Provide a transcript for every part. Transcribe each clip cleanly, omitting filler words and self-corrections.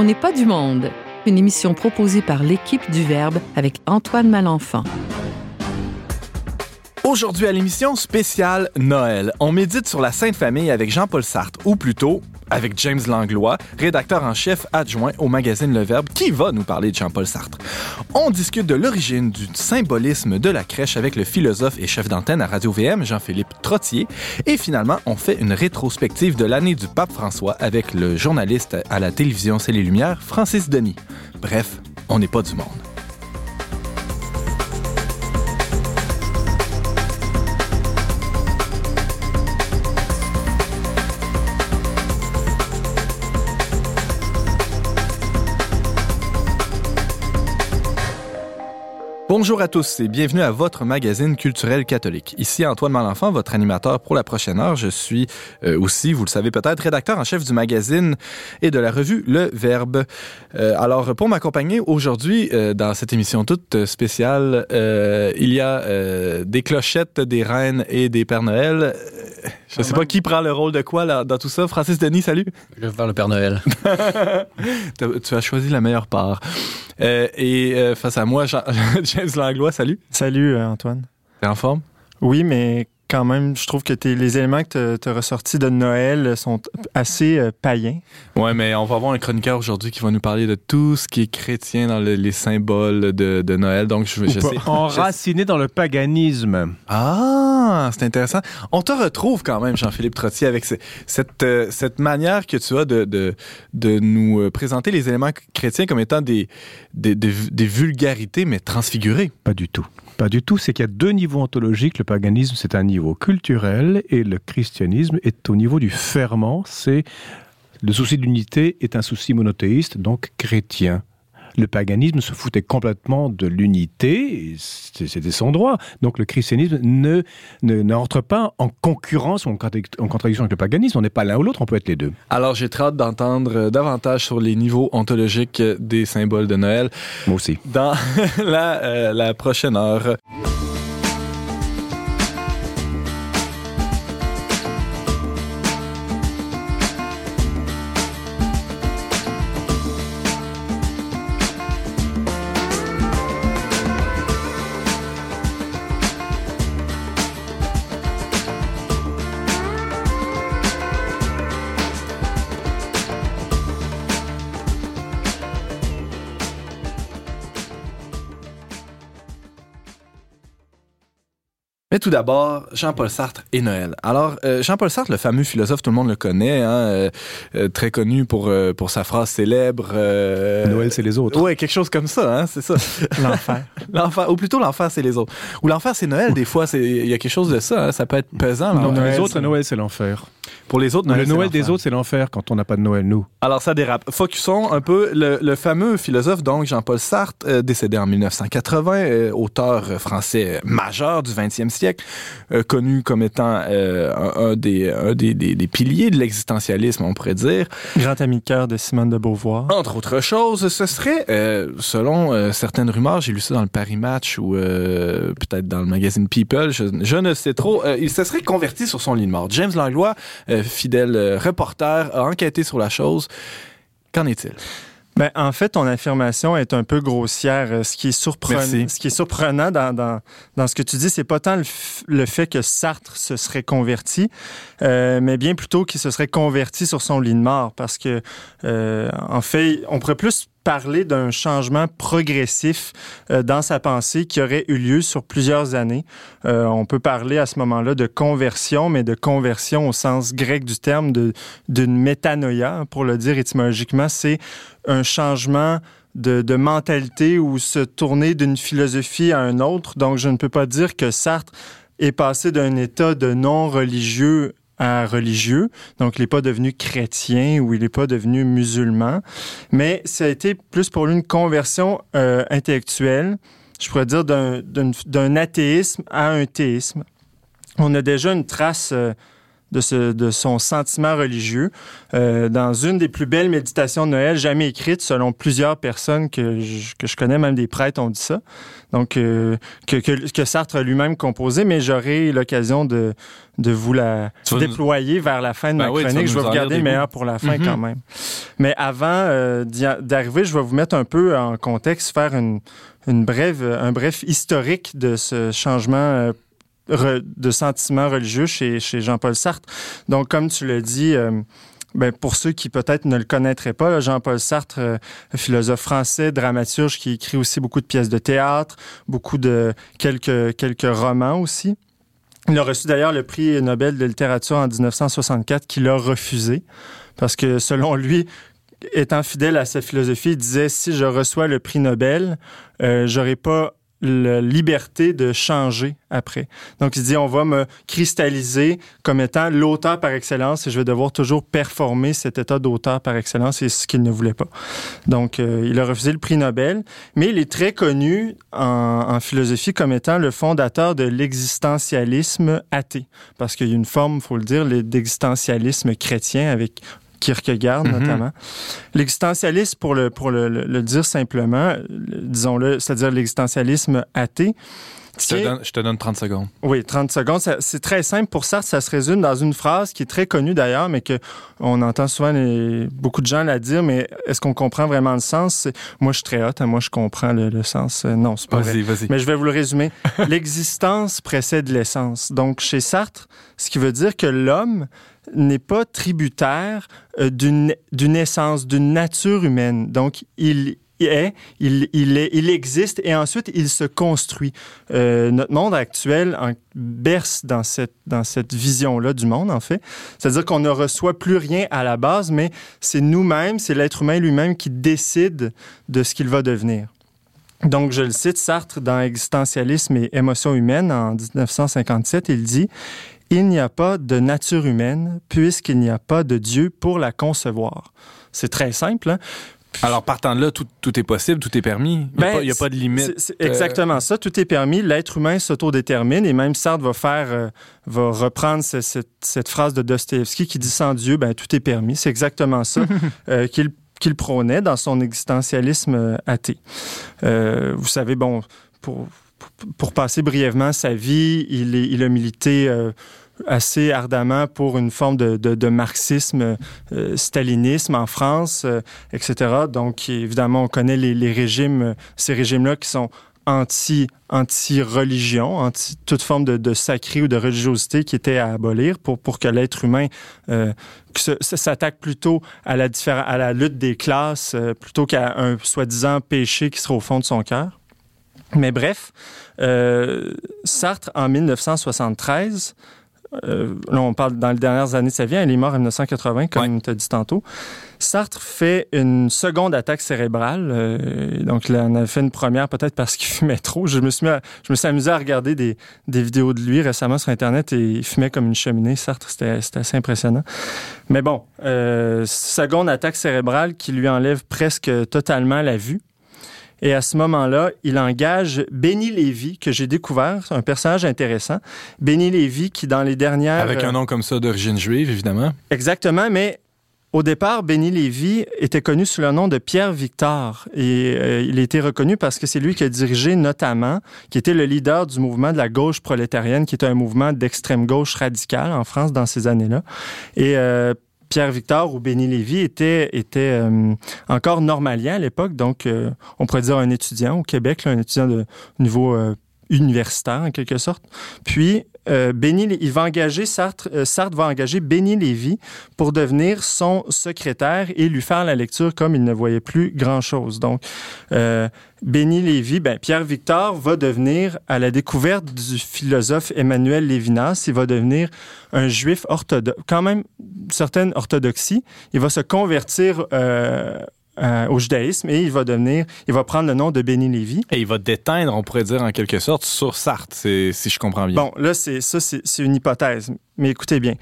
On n'est pas du monde, une émission proposée par l'équipe du Verbe avec Antoine Malenfant. Aujourd'hui à l'émission spéciale Noël, on médite sur la Sainte Famille avec Jean-Paul Sartre, ou plutôt avec James Langlois, rédacteur en chef adjoint au magazine Le Verbe, qui va nous parler de Jean-Paul Sartre. On discute de l'origine du symbolisme de la crèche avec le philosophe et chef d'antenne à Radio-VM, Jean-Philippe Trottier. Et finalement, on fait une rétrospective de l'année du pape François avec le journaliste à la télévision C'est les Lumières, Francis Denis. Bref, on n'est pas du monde. Bonjour à tous et bienvenue à votre magazine culturel catholique. Ici Antoine Malenfant, votre animateur pour la prochaine heure. Je suis aussi, vous le savez peut-être, rédacteur en chef du magazine et de la revue Le Verbe. Alors, pour m'accompagner aujourd'hui dans cette émission toute spéciale, il y a des clochettes, des reines et des Pères Noël. Je ne sais pas qui prend le rôle de quoi là, dans tout ça. Francis Denis, salut. Je vais faire le Père Noël. Tu as choisi la meilleure part. Et face à moi, James Langlois, salut. Salut Antoine. T'es en forme? Oui, mais quand même, je trouve que les éléments que tu as ressortis de Noël sont assez païens. Ouais, mais on va avoir un chroniqueur aujourd'hui qui va nous parler de tout ce qui est chrétien dans les symboles de Noël. Donc, je sais. Enraciné dans le paganisme. Ah, c'est intéressant. On te retrouve quand même, Jean-Philippe Trottier, avec cette manière que tu as de nous présenter les éléments chrétiens comme étant des vulgarités, mais transfigurées. Pas du tout. Pas du tout. C'est qu'il y a deux niveaux ontologiques. Le paganisme, c'est un niveau culturel et le christianisme est au niveau du ferment. Le souci d'unité est un souci monothéiste, donc chrétien. Le paganisme se foutait complètement de l'unité, c'était son droit. Donc le christianisme n'entre pas en concurrence ou en contradiction avec le paganisme. On n'est pas l'un ou l'autre, on peut être les deux. Alors j'ai très hâte d'entendre davantage sur les niveaux ontologiques des symboles de Noël. Moi aussi. Dans la prochaine heure. Mais tout d'abord, Jean-Paul Sartre et Noël. Alors, Jean-Paul Sartre, le fameux philosophe, tout le monde le connaît, très connu pour sa phrase célèbre. Noël, c'est les autres. Ouais, quelque chose comme ça, c'est ça. L'enfer. Ou plutôt l'enfer, c'est les autres. Ou l'enfer, c'est Noël, des fois, il y a quelque chose de ça, ça peut être pesant. Non, les autres, Noël, c'est l'enfer. Pour les autres, le Noël des autres, c'est l'enfer quand on n'a pas de Noël, nous. Alors, ça dérape. Focusons un peu. Le fameux philosophe, donc, Jean-Paul Sartre, décédé en 1980, auteur français majeur du 20e siècle, connu comme étant un des piliers de l'existentialisme, on pourrait dire. Grand ami de cœur de Simone de Beauvoir. Entre autres choses, ce serait, selon certaines rumeurs, j'ai lu ça dans le Paris Match ou peut-être dans le magazine People, je ne sais trop, il se serait converti sur son lit de mort. James Langlois, fidèle reporter, a enquêté sur la chose. Qu'en est-il? Ben, en fait, ton affirmation est un peu grossière. Ce qui est surprenant dans ce que tu dis, c'est pas tant le fait que Sartre se serait converti, mais bien plutôt qu'il se serait converti sur son lit de mort. Parce que, en fait, on pourrait plus parler d'un changement progressif dans sa pensée qui aurait eu lieu sur plusieurs années. On peut parler à ce moment-là de conversion, mais de conversion au sens grec du terme, d'une métanoïa, pour le dire étymologiquement. C'est un changement de mentalité ou se tourner d'une philosophie à un autre. Donc, je ne peux pas dire que Sartre est passé d'un état de non-religieux à religieux. Donc, il n'est pas devenu chrétien ou il n'est pas devenu musulman. Mais ça a été plus pour lui une conversion intellectuelle, je pourrais dire d'un athéisme à un théisme. On a déjà une trace de son sentiment religieux dans une des plus belles méditations de Noël jamais écrites, selon plusieurs personnes que je connais, même des prêtres ont dit ça. Donc, que Sartre a lui-même composé, mais j'aurai l'occasion de vous la déployer vers la fin de ma chronique. Je vais vous garder le meilleur pour la fin quand même. Mais avant d'arriver, je vais vous mettre un peu en contexte, faire un bref historique de ce changement de sentiment religieux chez Jean-Paul Sartre. Donc, comme tu l'as dit, pour ceux qui peut-être ne le connaîtraient pas, là, Jean-Paul Sartre, philosophe français, dramaturge, qui écrit aussi beaucoup de pièces de théâtre, quelques romans aussi. Il a reçu d'ailleurs le prix Nobel de littérature en 1964 qu'il a refusé parce que selon lui, étant fidèle à sa philosophie, il disait « Si je reçois le prix Nobel, j'aurai pas la liberté de changer après. » Donc, il dit, on va me cristalliser comme étant l'auteur par excellence et je vais devoir toujours performer cet état d'auteur par excellence et ce qu'il ne voulait pas. Donc, il a refusé le prix Nobel, mais il est très connu en philosophie comme étant le fondateur de l'existentialisme athée. Parce qu'il y a une forme, il faut le dire, d'existentialisme chrétien avec Kierkegaard, notamment. L'existentialisme, pour le dire simplement, disons-le, c'est-à-dire l'existentialisme athée. Je te donne 30 secondes. Oui, 30 secondes. C'est très simple. Pour Sartre, ça se résume dans une phrase qui est très connue d'ailleurs, mais qu'on entend souvent beaucoup de gens la dire, mais est-ce qu'on comprend vraiment le sens? Moi, je suis très hot. Moi, je comprends le sens. Non, c'est pas vrai. Vas-y. Mais je vais vous le résumer. L'existence précède l'essence. Donc, chez Sartre, ce qui veut dire que l'homme n'est pas tributaire d'une essence, d'une nature humaine. Donc, il existe et ensuite il se construit. Notre monde actuel berce dans cette vision-là du monde, en fait. C'est-à-dire qu'on ne reçoit plus rien à la base, mais c'est nous-mêmes, c'est l'être humain lui-même qui décide de ce qu'il va devenir. Donc, je le cite, Sartre, dans Existentialisme et émotions humaines, en 1957, il dit « Il n'y a pas de nature humaine puisqu'il n'y a pas de Dieu pour la concevoir. » C'est très simple, hein? Alors, partant de là, tout est possible, tout est permis. Il n'y a pas de limite. C'est exactement ça. Tout est permis. L'être humain s'autodétermine. Et même Sartre va reprendre cette phrase de Dostoïevski qui dit « Sans Dieu, tout est permis ». C'est exactement ça qu'il prônait dans son existentialisme athée. Vous savez, pour passer brièvement sa vie, il a milité assez ardemment pour une forme de marxisme, stalinisme en France, etc. Donc, évidemment, on connaît les régimes, ces régimes-là qui sont anti-religion, toute forme de sacré ou de religiosité qui était à abolir pour que l'être humain s'attaque plutôt à la lutte des classes plutôt qu'à un soi-disant péché qui serait au fond de son cœur. Mais bref, Sartre, en 1973, là, on parle dans les dernières années de sa vie, il est mort en 1980, comme tu as dit tantôt. Sartre fait une seconde attaque cérébrale. Donc, là, on a fait une première peut-être parce qu'il fumait trop. Je me suis amusé à regarder des vidéos de lui récemment sur Internet et il fumait comme une cheminée. Sartre, c'était assez impressionnant. Mais bon, seconde attaque cérébrale qui lui enlève presque totalement la vue. Et à ce moment-là, il engage Benny Lévy, que j'ai découvert, un personnage intéressant. Benny Lévy qui, dans les dernières... Avec un nom comme ça d'origine juive, évidemment. Exactement, mais au départ, Benny Lévy était connu sous le nom de Pierre Victor. Et il a été reconnu parce que c'est lui qui a dirigé notamment, qui était le leader du mouvement de la gauche prolétarienne, qui était un mouvement d'extrême gauche radicale en France dans ces années-là. Et Pierre Victor ou Benny Lévy était encore normalien à l'époque, donc on pourrait dire un étudiant au Québec, là, un étudiant de niveau universitaire en quelque sorte. Puis Sartre va engager Benny Lévy pour devenir son secrétaire et lui faire la lecture comme il ne voyait plus grand-chose. Donc, Benny Lévy, Pierre Victor va devenir, à la découverte du philosophe Emmanuel Lévinas, il va devenir un juif orthodoxe, quand même certaine orthodoxie. Il va se convertir au judaïsme et il va prendre le nom de Benny Lévy. Et il va déteindre, on pourrait dire en quelque sorte, sur Sartre, si je comprends bien. Bon, là, c'est une hypothèse, mais écoutez bien.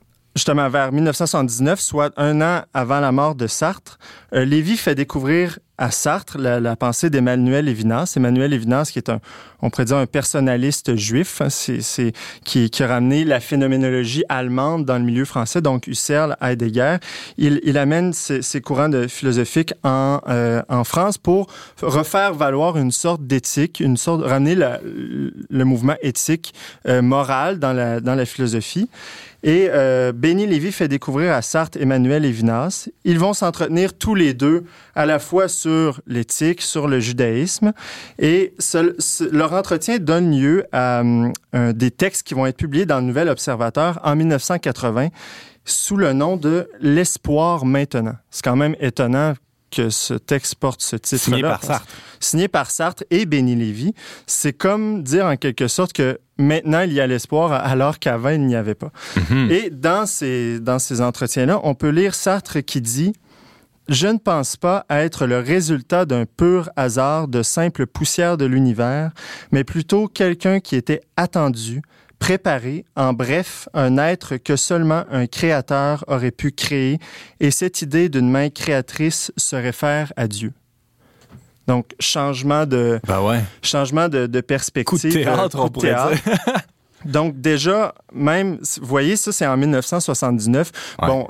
Justement, vers 1979, soit un an avant la mort de Sartre, Lévy fait découvrir à Sartre la pensée d'Emmanuel Lévinas. Emmanuel Lévinas, qui est on pourrait dire un personnaliste juif, hein, qui a ramené la phénoménologie allemande dans le milieu français, donc Husserl, Heidegger. Il amène ces courants philosophiques en France pour refaire valoir une sorte d'éthique, ramener le mouvement éthique moral dans la philosophie. Et Béni Lévy fait découvrir à Sartre Emmanuel Lévinas. Ils vont s'entretenir tous les deux à la fois sur l'éthique, sur le judaïsme. Et leur entretien donne lieu à des textes qui vont être publiés dans le Nouvel Observateur en 1980 sous le nom de « L'espoir maintenant ». C'est quand même étonnant que ce texte porte ce titre-là. Signé par Sartre. Signé par Sartre et Béni Lévy. C'est comme dire en quelque sorte que maintenant, il y a l'espoir alors qu'avant, il n'y avait pas. Mm-hmm. Et dans ces entretiens-là, on peut lire Sartre qui dit « Je ne pense pas être le résultat d'un pur hasard de simple poussière de l'univers, mais plutôt quelqu'un qui était attendu, préparé, en bref, un être que seulement un créateur aurait pu créer, et cette idée d'une main créatrice se réfère à Dieu. » Donc, changement de perspective. Coup de théâtre, on pourrait dire. Donc, déjà, même, vous voyez, ça, c'est en 1979. Ouais. Bon,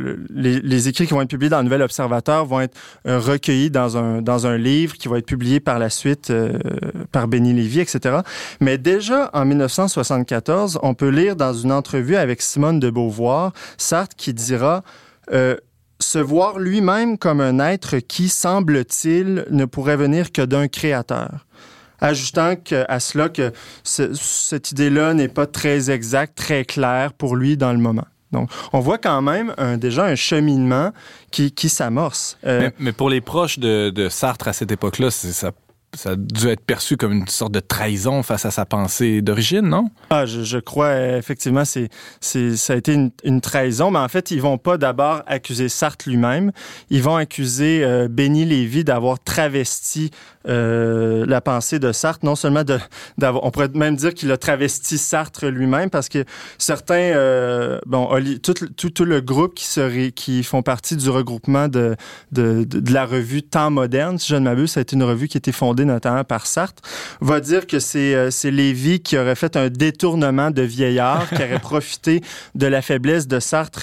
les écrits qui vont être publiés dans le Nouvel Observateur vont être recueillis dans un livre qui va être publié par la suite par Béni Lévy, etc. Mais déjà, en 1974, on peut lire dans une entrevue avec Simone de Beauvoir, Sartre qui dira se voir lui-même comme un être qui, semble-t-il, ne pourrait venir que d'un créateur. Ajoutant à cela que cette idée-là n'est pas très exacte, très claire pour lui dans le moment. Donc, on voit quand même déjà un cheminement qui s'amorce. Mais pour les proches de Sartre à cette époque-là, ça a dû être perçu comme une sorte de trahison face à sa pensée d'origine, non? Ah, je crois, effectivement, ça a été une trahison, mais en fait, ils vont pas d'abord accuser Sartre lui-même. Ils vont accuser Béni Lévy d'avoir travesti la pensée de Sartre, non seulement on pourrait même dire qu'il a travesti Sartre lui-même, parce que certains, tout le groupe qui font partie du regroupement de la revue Temps moderne, si je ne m'abuse, ça a été une revue qui a été fondée notamment par Sartre, va dire que c'est Lévy qui aurait fait un détournement de vieillard, qui aurait profité de la faiblesse de Sartre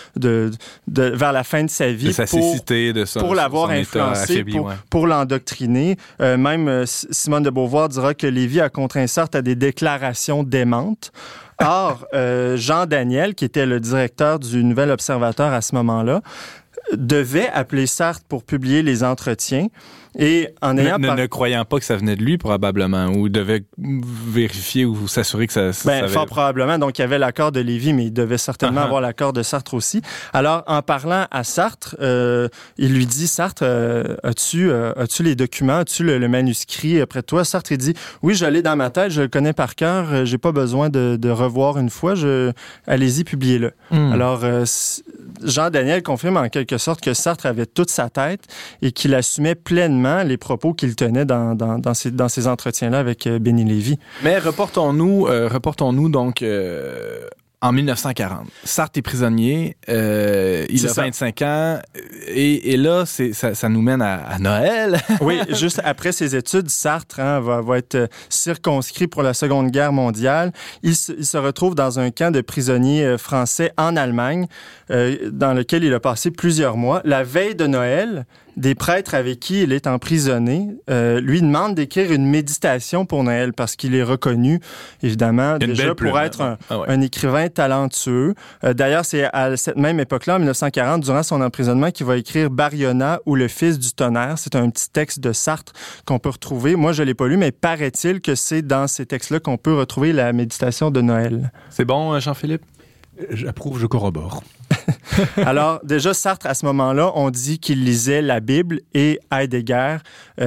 vers la fin de sa vie pour l'avoir influencé, pour l'endoctriner. Même Simone de Beauvoir dira que Lévy a contraint Sartre à des déclarations démentes. Or, Jean Daniel, qui était le directeur du Nouvel Observateur à ce moment-là, devait appeler Sartre pour publier les entretiens. Et en ayant ne croyant pas que ça venait de lui, probablement, ou devait vérifier ou s'assurer que ça... Fort probablement. Donc, il y avait l'accord de Lévy, mais il devait certainement avoir l'accord de Sartre aussi. Alors, en parlant à Sartre, il lui dit, Sartre, as-tu les documents, as-tu le manuscrit près de toi? Sartre, il dit, oui, je l'ai dans ma tête, je le connais par cœur, j'ai pas besoin de revoir une fois, allez-y, publiez-le. Alors, Jean Daniel confirme en quelque sorte que Sartre avait toute sa tête et qu'il assumait pleinement les propos qu'il tenait dans ces entretiens-là avec Béni Lévy. Mais reportons-nous donc en 1940. Sartre est prisonnier, il a 25 ans, et là, ça nous mène à Noël. Oui, juste après ses études, Sartre va être circonscrit pour la Seconde Guerre mondiale. Il se retrouve dans un camp de prisonniers français en Allemagne, dans lequel il a passé plusieurs mois. La veille de Noël, des prêtres avec qui il est emprisonné lui demandent d'écrire une méditation pour Noël parce qu'il est reconnu, évidemment, déjà pour être un écrivain talentueux. D'ailleurs, c'est à cette même époque-là, en 1940, durant son emprisonnement, qu'il va écrire Bariona ou Le Fils du tonnerre. C'est un petit texte de Sartre qu'on peut retrouver. Moi, je ne l'ai pas lu, mais paraît-il que c'est dans ces textes-là qu'on peut retrouver la méditation de Noël. C'est bon, Jean-Philippe? J'approuve, je corrobore. Alors, déjà, Sartre, à ce moment-là, on dit qu'il lisait la Bible et Heidegger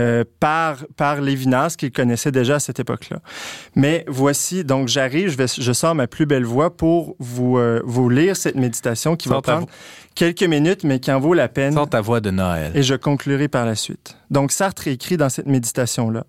par Lévinas, qu'il connaissait déjà à cette époque-là. Mais voici, donc j'arrive, je sors ma plus belle voix pour vous lire cette méditation qui va prendre quelques minutes, mais qui en vaut la peine. Sors ta voix de Noël. Et je conclurai par la suite. Donc, Sartre écrit dans cette méditation-là.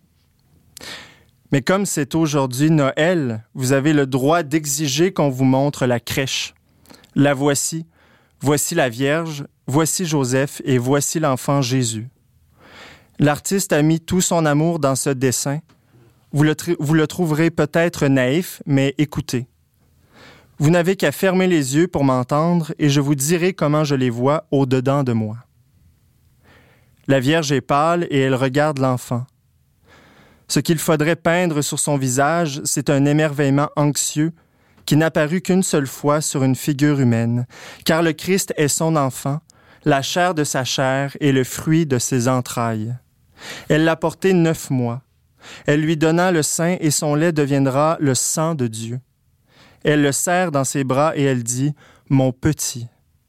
Mais comme c'est aujourd'hui Noël, vous avez le droit d'exiger qu'on vous montre la crèche. La voici la Vierge, voici Joseph et voici l'enfant Jésus. L'artiste a mis tout son amour dans ce dessin. Vous le trouverez peut-être naïf, mais écoutez. Vous n'avez qu'à fermer les yeux pour m'entendre et je vous dirai comment je les vois au-dedans de moi. La Vierge est pâle et elle regarde l'enfant. Ce qu'il faudrait peindre sur son visage, c'est un émerveillement anxieux qui n'apparut qu'une seule fois sur une figure humaine, car le Christ est son enfant, la chair de sa chair et le fruit de ses entrailles. Elle l'a porté 9 mois. Elle lui donna le sein et son lait deviendra le sang de Dieu. Elle le serre dans ses bras et elle dit « Mon petit ».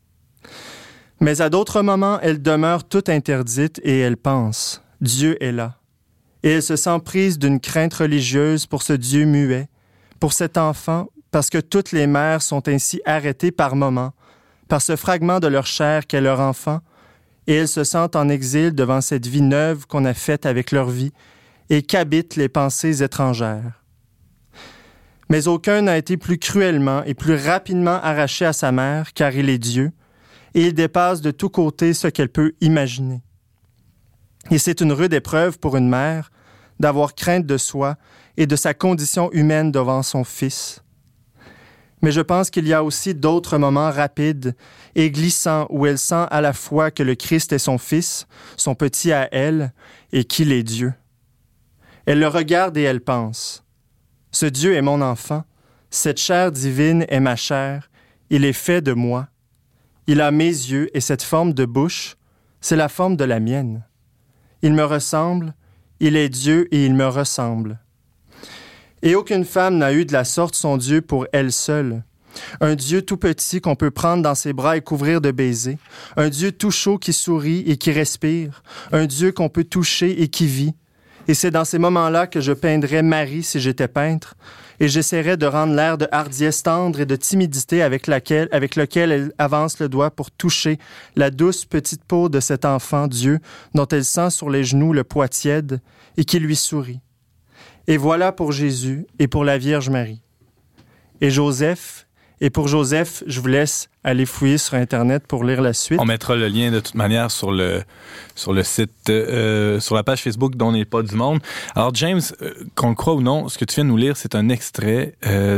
Mais à d'autres moments, elle demeure toute interdite et elle pense « Dieu est là ». Et elle se sent prise d'une crainte religieuse pour ce Dieu muet, pour cet enfant, parce que toutes les mères sont ainsi arrêtées par moments, par ce fragment de leur chair qu'est leur enfant, et elles se sentent en exil devant cette vie neuve qu'on a faite avec leur vie, et qu'habitent les pensées étrangères. Mais aucun n'a été plus cruellement et plus rapidement arraché à sa mère, car il est Dieu, et il dépasse de tous côtés ce qu'elle peut imaginer. Et c'est une rude épreuve pour une mère d'avoir crainte de soi et de sa condition humaine devant son fils. Mais je pense qu'il y a aussi d'autres moments rapides et glissants où elle sent à la fois que le Christ est son fils, son petit à elle, et qu'il est Dieu. Elle le regarde et elle pense « Ce Dieu est mon enfant, cette chair divine est ma chair, il est fait de moi. Il a mes yeux et cette forme de bouche, c'est la forme de la mienne. Il me ressemble, il est Dieu et il me ressemble. » Et aucune femme n'a eu de la sorte son Dieu pour elle seule. Un Dieu tout petit qu'on peut prendre dans ses bras et couvrir de baisers. Un Dieu tout chaud qui sourit et qui respire. Un Dieu qu'on peut toucher et qui vit. Et c'est dans ces moments-là que je peindrais Marie si j'étais peintre. Et j'essaierais de rendre l'air de hardiesse tendre et de timidité avec lequel elle avance le doigt pour toucher la douce petite peau de cet enfant Dieu dont elle sent sur les genoux le poids tiède et qui lui sourit. Et voilà pour Jésus et pour la Vierge Marie. Et pour Joseph, je vous laisse aller fouiller sur Internet pour lire la suite. On mettra le lien de toute manière sur le site, sur la page Facebook d'On n'est pas du monde. Alors James, qu'on le croit ou non, ce que tu viens de nous lire, c'est un extrait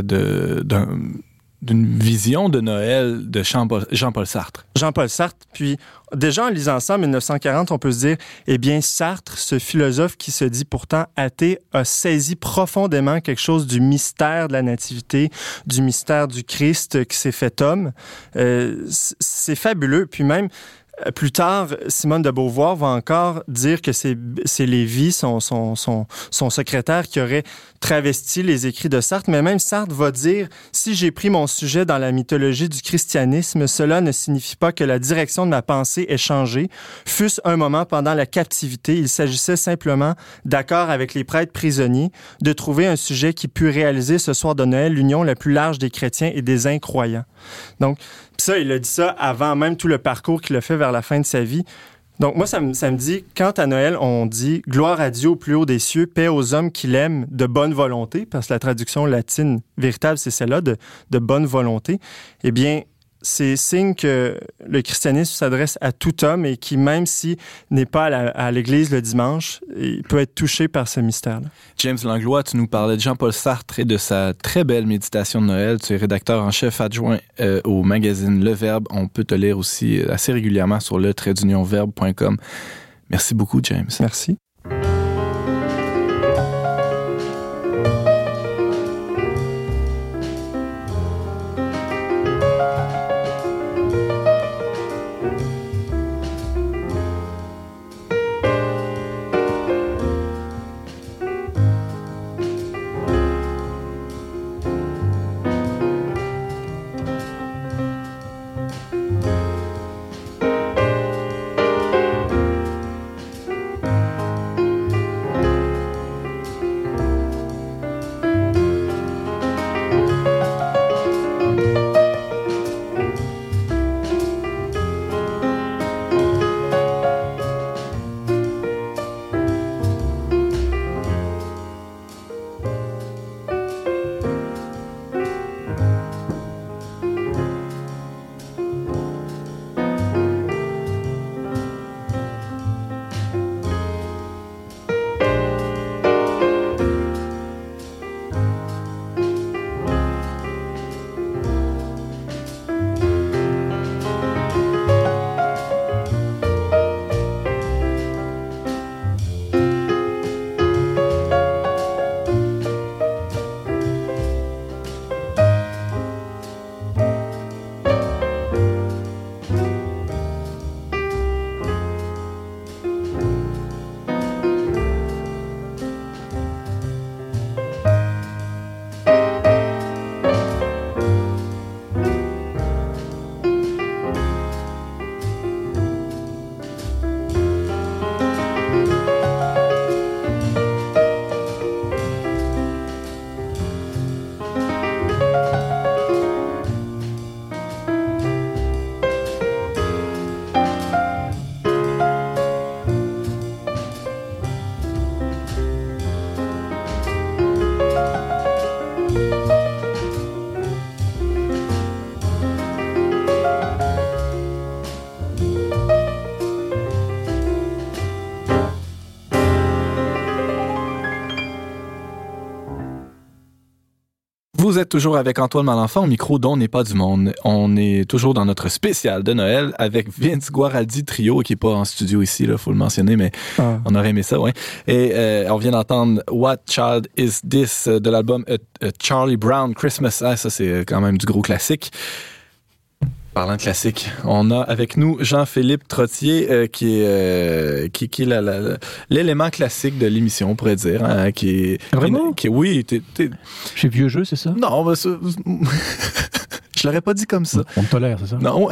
d'une vision de Noël de Jean-Paul Sartre. Jean-Paul Sartre, puis déjà en lisant ça en 1940, on peut se dire, eh bien Sartre, ce philosophe qui se dit pourtant athée, a saisi profondément quelque chose du mystère de la nativité, du mystère du Christ qui s'est fait homme. C'est fabuleux, puis même plus tard, Simone de Beauvoir va encore dire que c'est Lévy, son secrétaire, qui aurait travesti les écrits de Sartre. Mais même Sartre va dire « Si j'ai pris mon sujet dans la mythologie du christianisme, cela ne signifie pas que la direction de ma pensée ait changé. Fût-ce un moment pendant la captivité, il s'agissait simplement, d'accord avec les prêtres prisonniers, de trouver un sujet qui pût réaliser ce soir de Noël l'union la plus large des chrétiens et des incroyants. » Donc, ça, il a dit ça avant même tout le parcours qu'il a fait vers la fin de sa vie. Donc, moi, ça me dit, quand à Noël, on dit « Gloire à Dieu au plus haut des cieux, paix aux hommes qui l'aiment de bonne volonté », parce que la traduction latine véritable, c'est celle-là, de bonne volonté, eh bien, c'est signe que le christianisme s'adresse à tout homme et qui, même s'il n'est pas à l'église le dimanche, il peut être touché par ce mystère-là. James Langlois, tu nous parlais de Jean-Paul Sartre et de sa très belle méditation de Noël. Tu es rédacteur en chef adjoint au magazine Le Verbe. On peut te lire aussi assez régulièrement sur le-verbe.com. Merci beaucoup, James. Merci. Vous êtes toujours avec Antoine Malenfant au micro d'On n'est pas du monde. On est toujours dans notre spécial de Noël avec Vince Guaraldi Trio, qui est pas en studio ici, là, faut le mentionner, mais on aurait aimé ça, ouais. Et on vient d'entendre What Child Is This de l'album A Charlie Brown Christmas. Ah, ça, c'est quand même du gros classique. Parlant de classique, on a avec nous Jean-Philippe Trottier, qui est l'élément classique de l'émission, on pourrait dire. Hein, qui est, vraiment? Oui. Chez Vieux Jeu, c'est ça? Non, mais je l'aurais pas dit comme ça. On me tolère, c'est ça? Non.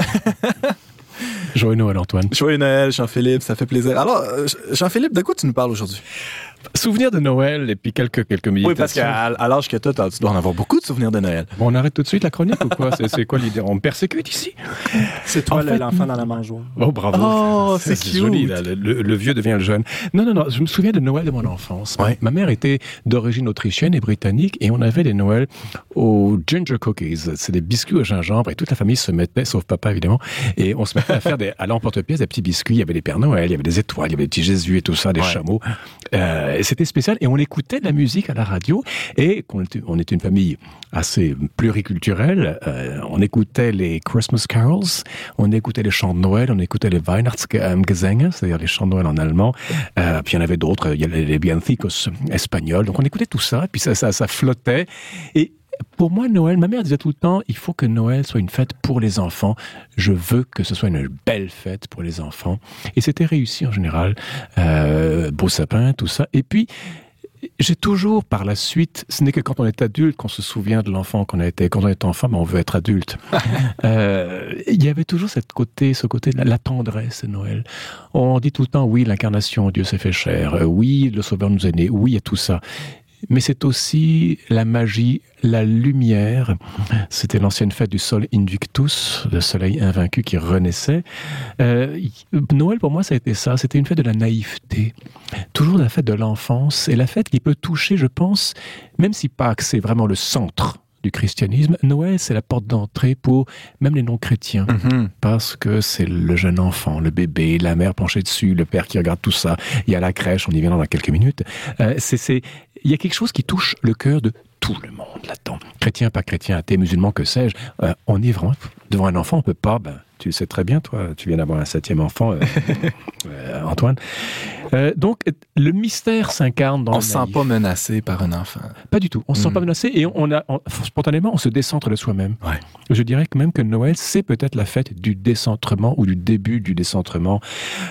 Joyeux Noël, Antoine. Joyeux Noël, Jean-Philippe, ça fait plaisir. Alors, Jean-Philippe, de quoi tu nous parles aujourd'hui? Souvenirs de Noël et puis quelques méditations. Oui, parce qu'à l'âge que tu dois en avoir beaucoup de souvenirs de Noël. Bon, on arrête tout de suite la chronique ou quoi? C'est quoi l'idée? On me persécute ici? C'est toi l'enfant dans la mangeoire. Oh, bravo. Oh, c'est cute. Joli, là. Le vieux devient le jeune. Non, je me souviens de Noël de mon enfance. Ouais. Ma mère était d'origine autrichienne et britannique et on avait des Noëls aux ginger cookies. C'est des biscuits au gingembre et toute la famille se mettait, sauf papa évidemment, et on se mettait à faire à l'emporte-pièce des petits biscuits. Il y avait des Pères Noël, il y avait des étoiles, il y avait des petits Jésus et tout ça, des chameaux. Et c'était spécial et on écoutait de la musique à la radio et on était une famille assez pluriculturelle. On écoutait les Christmas carols, on écoutait les chants de Noël, on écoutait les Weihnachtsgesänge, c'est-à-dire les chants de Noël en allemand. Puis il y en avait d'autres, il y avait les Villancicos espagnols. Donc on écoutait tout ça, et puis ça flottait. Et pour moi, Noël, ma mère disait tout le temps, il faut que Noël soit une fête pour les enfants. Je veux que ce soit une belle fête pour les enfants. Et c'était réussi en général. Beau sapin, tout ça. Et puis, j'ai toujours, par la suite, ce n'est que quand on est adulte qu'on se souvient de l'enfant qu'on a été. Quand on est enfant, on veut être adulte. Il y avait toujours ce côté de la tendresse de Noël. On dit tout le temps, oui, l'incarnation, Dieu s'est fait chair. Oui, le Sauveur nous est né. Oui, il y a tout ça. Mais c'est aussi la magie, la lumière. C'était l'ancienne fête du Sol Invictus, le soleil invaincu qui renaissait. Noël, pour moi, ça a été ça. C'était une fête de la naïveté. Toujours la fête de l'enfance. Et la fête qui peut toucher, je pense, même si Pâques, c'est vraiment le centre du christianisme, Noël, c'est la porte d'entrée pour même les non-chrétiens. Parce que c'est le jeune enfant, le bébé, la mère penchée dessus, le père qui regarde tout ça. Il y a la crèche, on y viendra dans quelques minutes. Il y a quelque chose qui touche le cœur de tout le monde là-dedans. Chrétien, pas chrétien, athée, musulman, que sais-je. On est vraiment devant un enfant, on peut pas... tu le sais très bien, toi, tu viens d'avoir un 7e enfant, Antoine. Donc, le mystère s'incarne dans... On ne se sent pas menacé par un enfant. Pas du tout. On ne se sent pas menacé et spontanément, on se décentre de soi-même. Ouais. Je dirais que même que Noël, c'est peut-être la fête du décentrement ou du début du décentrement.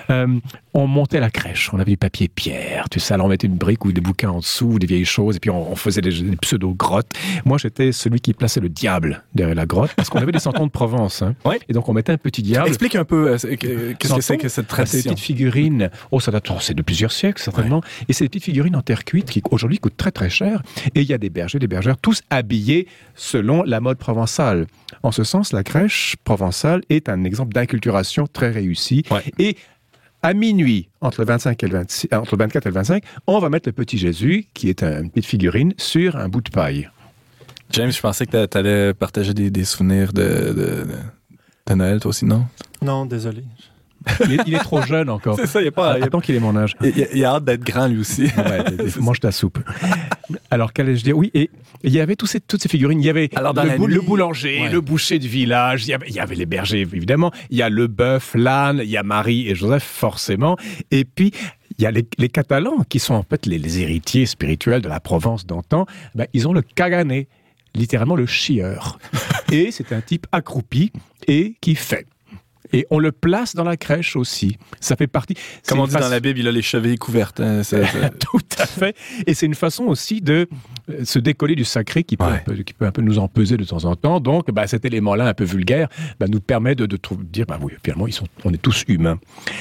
On montait la crèche, on avait du papier pierre, tu sais, alors on mettait une brique ou des bouquins en dessous, ou des vieilles choses, et puis on faisait des pseudo-grottes. Moi, j'étais celui qui plaçait le diable derrière la grotte, parce qu'on avait des santons de Provence. Hein. Ouais. Et donc, on mettait un petit diable. Explique un peu qu'est-ce que c'est que cette tradition. C'est des petites figurines. C'est de plusieurs siècles, certainement. Ouais. Et c'est des petites figurines en terre cuite qui, aujourd'hui, coûtent très, très cher. Et il y a des bergers, des bergères, tous habillés selon la mode provençale. En ce sens, la crèche provençale est un exemple d'inculturation très réussi. Ouais. Et à minuit, entre le 24 et le 25, on va mettre le petit Jésus, qui est une petite figurine, sur un bout de paille. James, je pensais que tu allais partager des souvenirs de Noël, toi aussi, non? Non, désolé. Il est trop jeune encore. C'est ça, Attends qu'il ait mon âge. Il a hâte d'être grand, lui aussi. Ouais, mange ta soupe. Alors, qu'allais-je dire? Oui, et il y avait toutes ces figurines. Il y avait le boulanger, ouais. Le boucher du village, il y avait les bergers, évidemment. Il y a le bœuf, l'âne, il y a Marie et Joseph, forcément. Et puis, il y a les Catalans, qui sont en fait les héritiers spirituels de la Provence d'antan. Ils ont le cagané, littéralement le chieur. Et c'est un type accroupi et qui fait. Et on le place dans la crèche aussi. Ça fait partie... Comme on dit dans la Bible, il a les chevilles couvertes. Hein, Tout à fait. Et c'est une façon aussi de se décoller du sacré qui peut un peu nous empeser de temps en temps. Donc, cet élément-là un peu vulgaire nous permet de dire, oui, finalement, on est tous humains.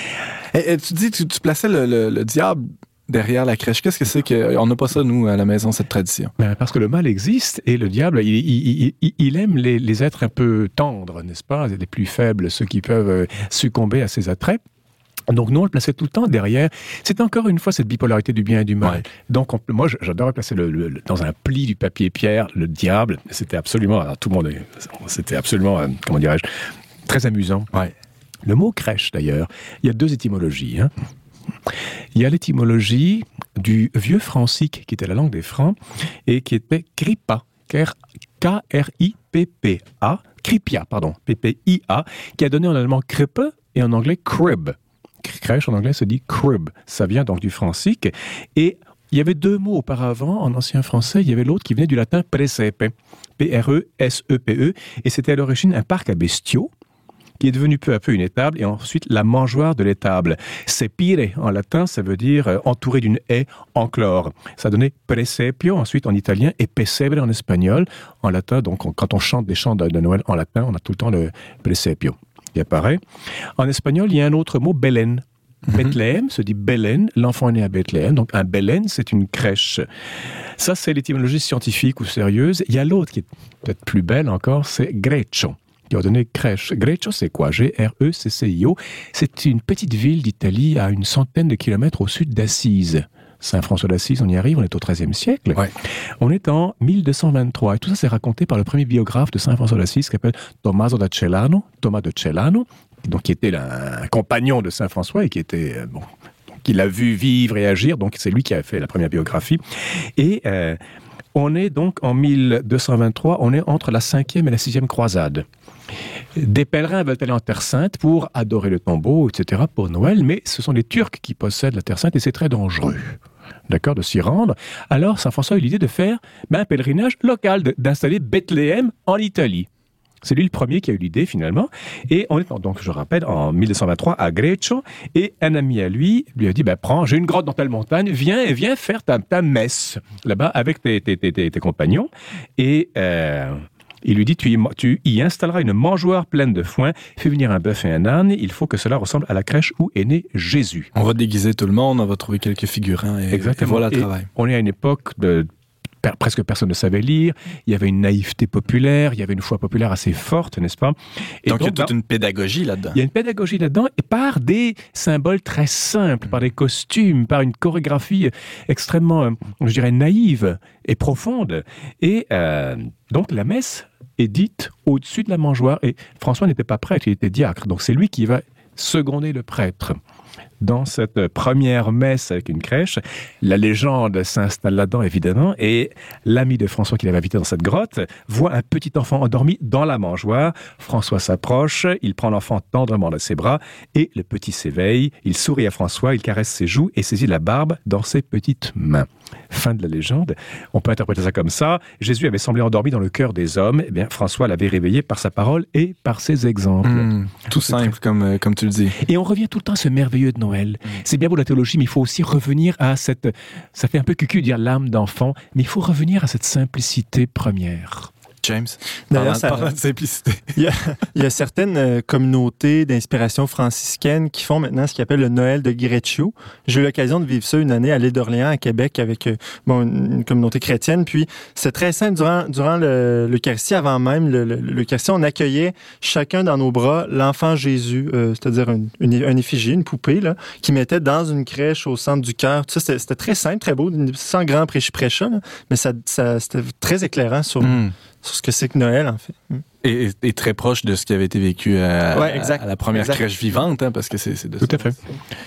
Et tu dis, tu plaçais le diable derrière la crèche. Qu'est-ce que c'est qu'on n'a pas ça, nous, à la maison, cette tradition? Parce que le mal existe et le diable, il aime les êtres un peu tendres, n'est-ce pas? Les plus faibles, ceux qui peuvent succomber à ses attraits. Donc nous, on le plaçait tout le temps derrière. C'est encore une fois cette bipolarité du bien et du mal. Ouais. Donc moi, j'adorais placer dans un pli du papier pierre le diable. C'était absolument... Alors, c'était absolument, comment dirais-je, très amusant. Ouais. Le mot crèche, d'ailleurs, il y a 2 étymologies, hein. Il y a l'étymologie du vieux francique, qui était la langue des Francs, et qui était kripa, K-R-I-P-P-A, Kripia, pardon, P-P-I-A, qui a donné en allemand Krippe et en anglais crib. Crèche en anglais se dit crib. Ça vient donc du francique. Et il y avait deux mots auparavant, en ancien français, il y avait l'autre qui venait du latin presepe, P-R-E-S-E-P-E, et c'était à l'origine un parc à bestiaux, qui est devenu peu à peu une étable, et ensuite la mangeoire de l'étable. Sepire, en latin, ça veut dire entouré d'une haie en chlore. Ça donnait presepio, ensuite en italien, et pesebre en espagnol. En latin, donc quand on chante des chants de Noël en latin, on a tout le temps le presepio qui apparaît. En espagnol, il y a un autre mot, Belén. Bethléem se dit Belén, l'enfant est né à Bethléem, donc un Belén, c'est une crèche. Ça, c'est l'étymologie scientifique ou sérieuse. Il y a l'autre qui est peut-être plus belle encore, c'est Greccio, qui a donné crèche. Greccio, c'est quoi? G-R-E-C-C-I-O. C'est une petite ville d'Italie à une centaine de kilomètres au sud d'Assise. Saint-François d'Assise, on y arrive, on est au XIIIe siècle. Ouais. On est en 1223. Et tout ça, c'est raconté par le premier biographe de Saint-François d'Assise, qui s'appelle Thomas de Celano, donc qui était un compagnon de Saint-François et qui était, qui l'a vu vivre et agir. Donc, c'est lui qui a fait la première biographie. Et on est donc en 1223, on est entre la 5e et la 6e croisade. Des pèlerins veulent aller en Terre Sainte pour adorer le tombeau, etc., pour Noël, mais ce sont les Turcs qui possèdent la Terre Sainte et c'est très dangereux. D'accord, de s'y rendre. Alors, Saint-François a eu l'idée de faire un pèlerinage local, d'installer Bethléem en Italie. C'est lui le premier qui a eu l'idée, finalement. Et on est, donc, je rappelle, en 1223 à Greccio. Et un ami à lui a dit, prends, j'ai une grotte dans telle montagne, viens faire ta messe là-bas avec tes compagnons. Et il lui dit, tu y installeras une mangeoire pleine de foin, fais venir un bœuf et un âne, il faut que cela ressemble à la crèche où est né Jésus. On va déguiser tout le monde, on va trouver quelques figurants et voilà le travail. On est à une époque de... Presque personne ne savait lire, il y avait une naïveté populaire, il y avait une foi populaire assez forte, n'est-ce pas? Et donc il y a toute une pédagogie là-dedans. Il y a une pédagogie là-dedans, et par des symboles très simples, par des costumes, par une chorégraphie extrêmement, je dirais, naïve et profonde. Et donc la messe est dite au-dessus de la mangeoire, et François n'était pas prêtre, il était diacre, donc c'est lui qui va seconder le prêtre. Dans cette première messe avec une crèche, la légende s'installe là-dedans, évidemment, et l'ami de François qui l'avait invité dans cette grotte voit un petit enfant endormi dans la mangeoire. François s'approche, il prend l'enfant tendrement dans ses bras, et le petit s'éveille, il sourit à François, il caresse ses joues et saisit la barbe dans ses petites mains. Fin de la légende. On peut interpréter ça comme ça. Jésus avait semblé endormi dans le cœur des hommes. Eh bien, François l'avait réveillé par sa parole et par ses exemples. Tout simple, comme tu le dis. Et on revient tout le temps à ce merveilleux de Noël. C'est bien beau la théologie, mais il faut aussi revenir à cette... Ça fait un peu cucu dire l'âme d'enfant, mais il faut revenir à cette simplicité première. James, d'ailleurs, parlant de simplicité. Il y a certaines communautés d'inspiration franciscaine qui font maintenant ce qu'ils appellent le Noël de Greccio. J'ai eu l'occasion de vivre ça une année à l'île d'Orléans, à Québec, avec une communauté chrétienne. Puis, c'est très simple. Durant l'Eucharistie, avant même l'Eucharistie, on accueillait chacun dans nos bras l'enfant Jésus, c'est-à-dire une effigie, une poupée, là, qui mettait dans une crèche au centre du cœur. Tout ça, c'était très simple, très beau, sans grand prêchi-prêcha, mais c'était très éclairant sur ce que c'est que Noël, en fait. Et très proche de ce qui avait été vécu à la première crèche vivante, hein, parce que c'est de tout ça. À fait.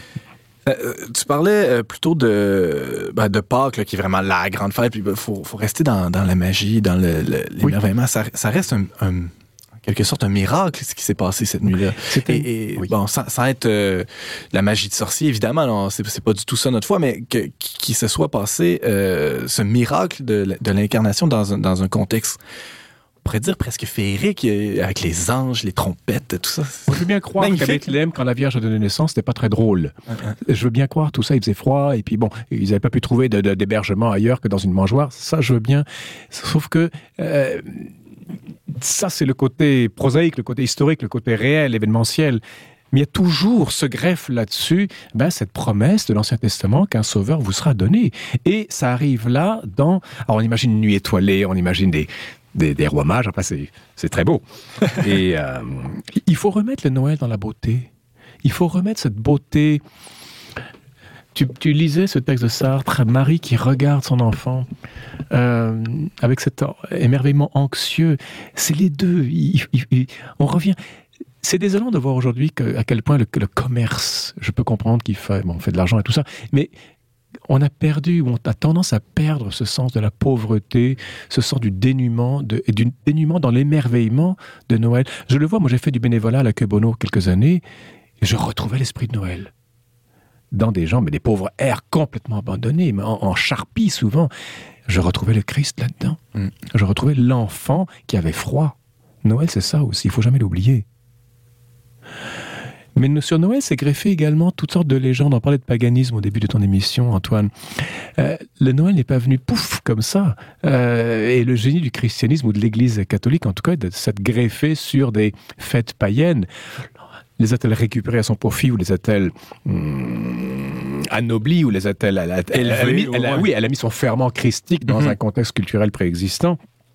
Tu parlais plutôt de Pâques, là, qui est vraiment la grande fête, puis faut rester dans la magie, dans l'émerveillement. Ça reste en quelque sorte un miracle, ce qui s'est passé cette nuit-là. Bon, sans être la magie de sorcier, évidemment, non, c'est pas du tout ça notre foi, mais qu'il se soit passé ce miracle de l'incarnation dans un contexte, on pourrait dire presque féerique, avec les anges, les trompettes, tout ça. Moi, je veux bien croire qu'à Bethléem, quand la Vierge a donné naissance, c'était pas très drôle. Je veux bien croire, tout ça, il faisait froid, et puis bon, ils n'avaient pas pu trouver d'hébergement ailleurs que dans une mangeoire. Ça, je veux bien. Sauf que... ça, c'est le côté prosaïque, le côté historique, le côté réel, événementiel. Mais il y a toujours se greffe là-dessus cette promesse de l'Ancien Testament qu'un sauveur vous sera donné. Et ça arrive là alors on imagine une nuit étoilée, on imagine des rois mages, enfin c'est très beau. Et il faut remettre le Noël dans la beauté. Il faut remettre cette beauté... Tu lisais ce texte de Sartre, Marie qui regarde son enfant avec cet émerveillement anxieux. C'est les deux. On revient. C'est désolant de voir aujourd'hui à quel point le commerce, je peux comprendre on fait de l'argent et tout ça, mais on a perdu, ou on a tendance à perdre ce sens de la pauvreté, ce sens du dénuement, et du dénuement dans l'émerveillement de Noël. Je le vois, moi j'ai fait du bénévolat à la Quai Bono quelques années, et je retrouvais l'esprit de Noël. Dans des gens, mais des pauvres airs complètement abandonnés, mais en charpie souvent. Je retrouvais le Christ là-dedans. Je retrouvais l'enfant qui avait froid. Noël, c'est ça aussi, il ne faut jamais l'oublier. Mais sur Noël, c'est greffé également toutes sortes de légendes. On parlait de paganisme au début de ton émission, Antoine. Le Noël n'est pas venu pouf comme ça. Et le génie du christianisme ou de l'Église catholique, en tout cas, de s'être greffé sur des fêtes païennes. Les a-t-elle récupérées à son profit ou les a-t-elle anoblis ou les a-t-elle élevées? Elle a mis son ferment christique dans un contexte culturel préexistant.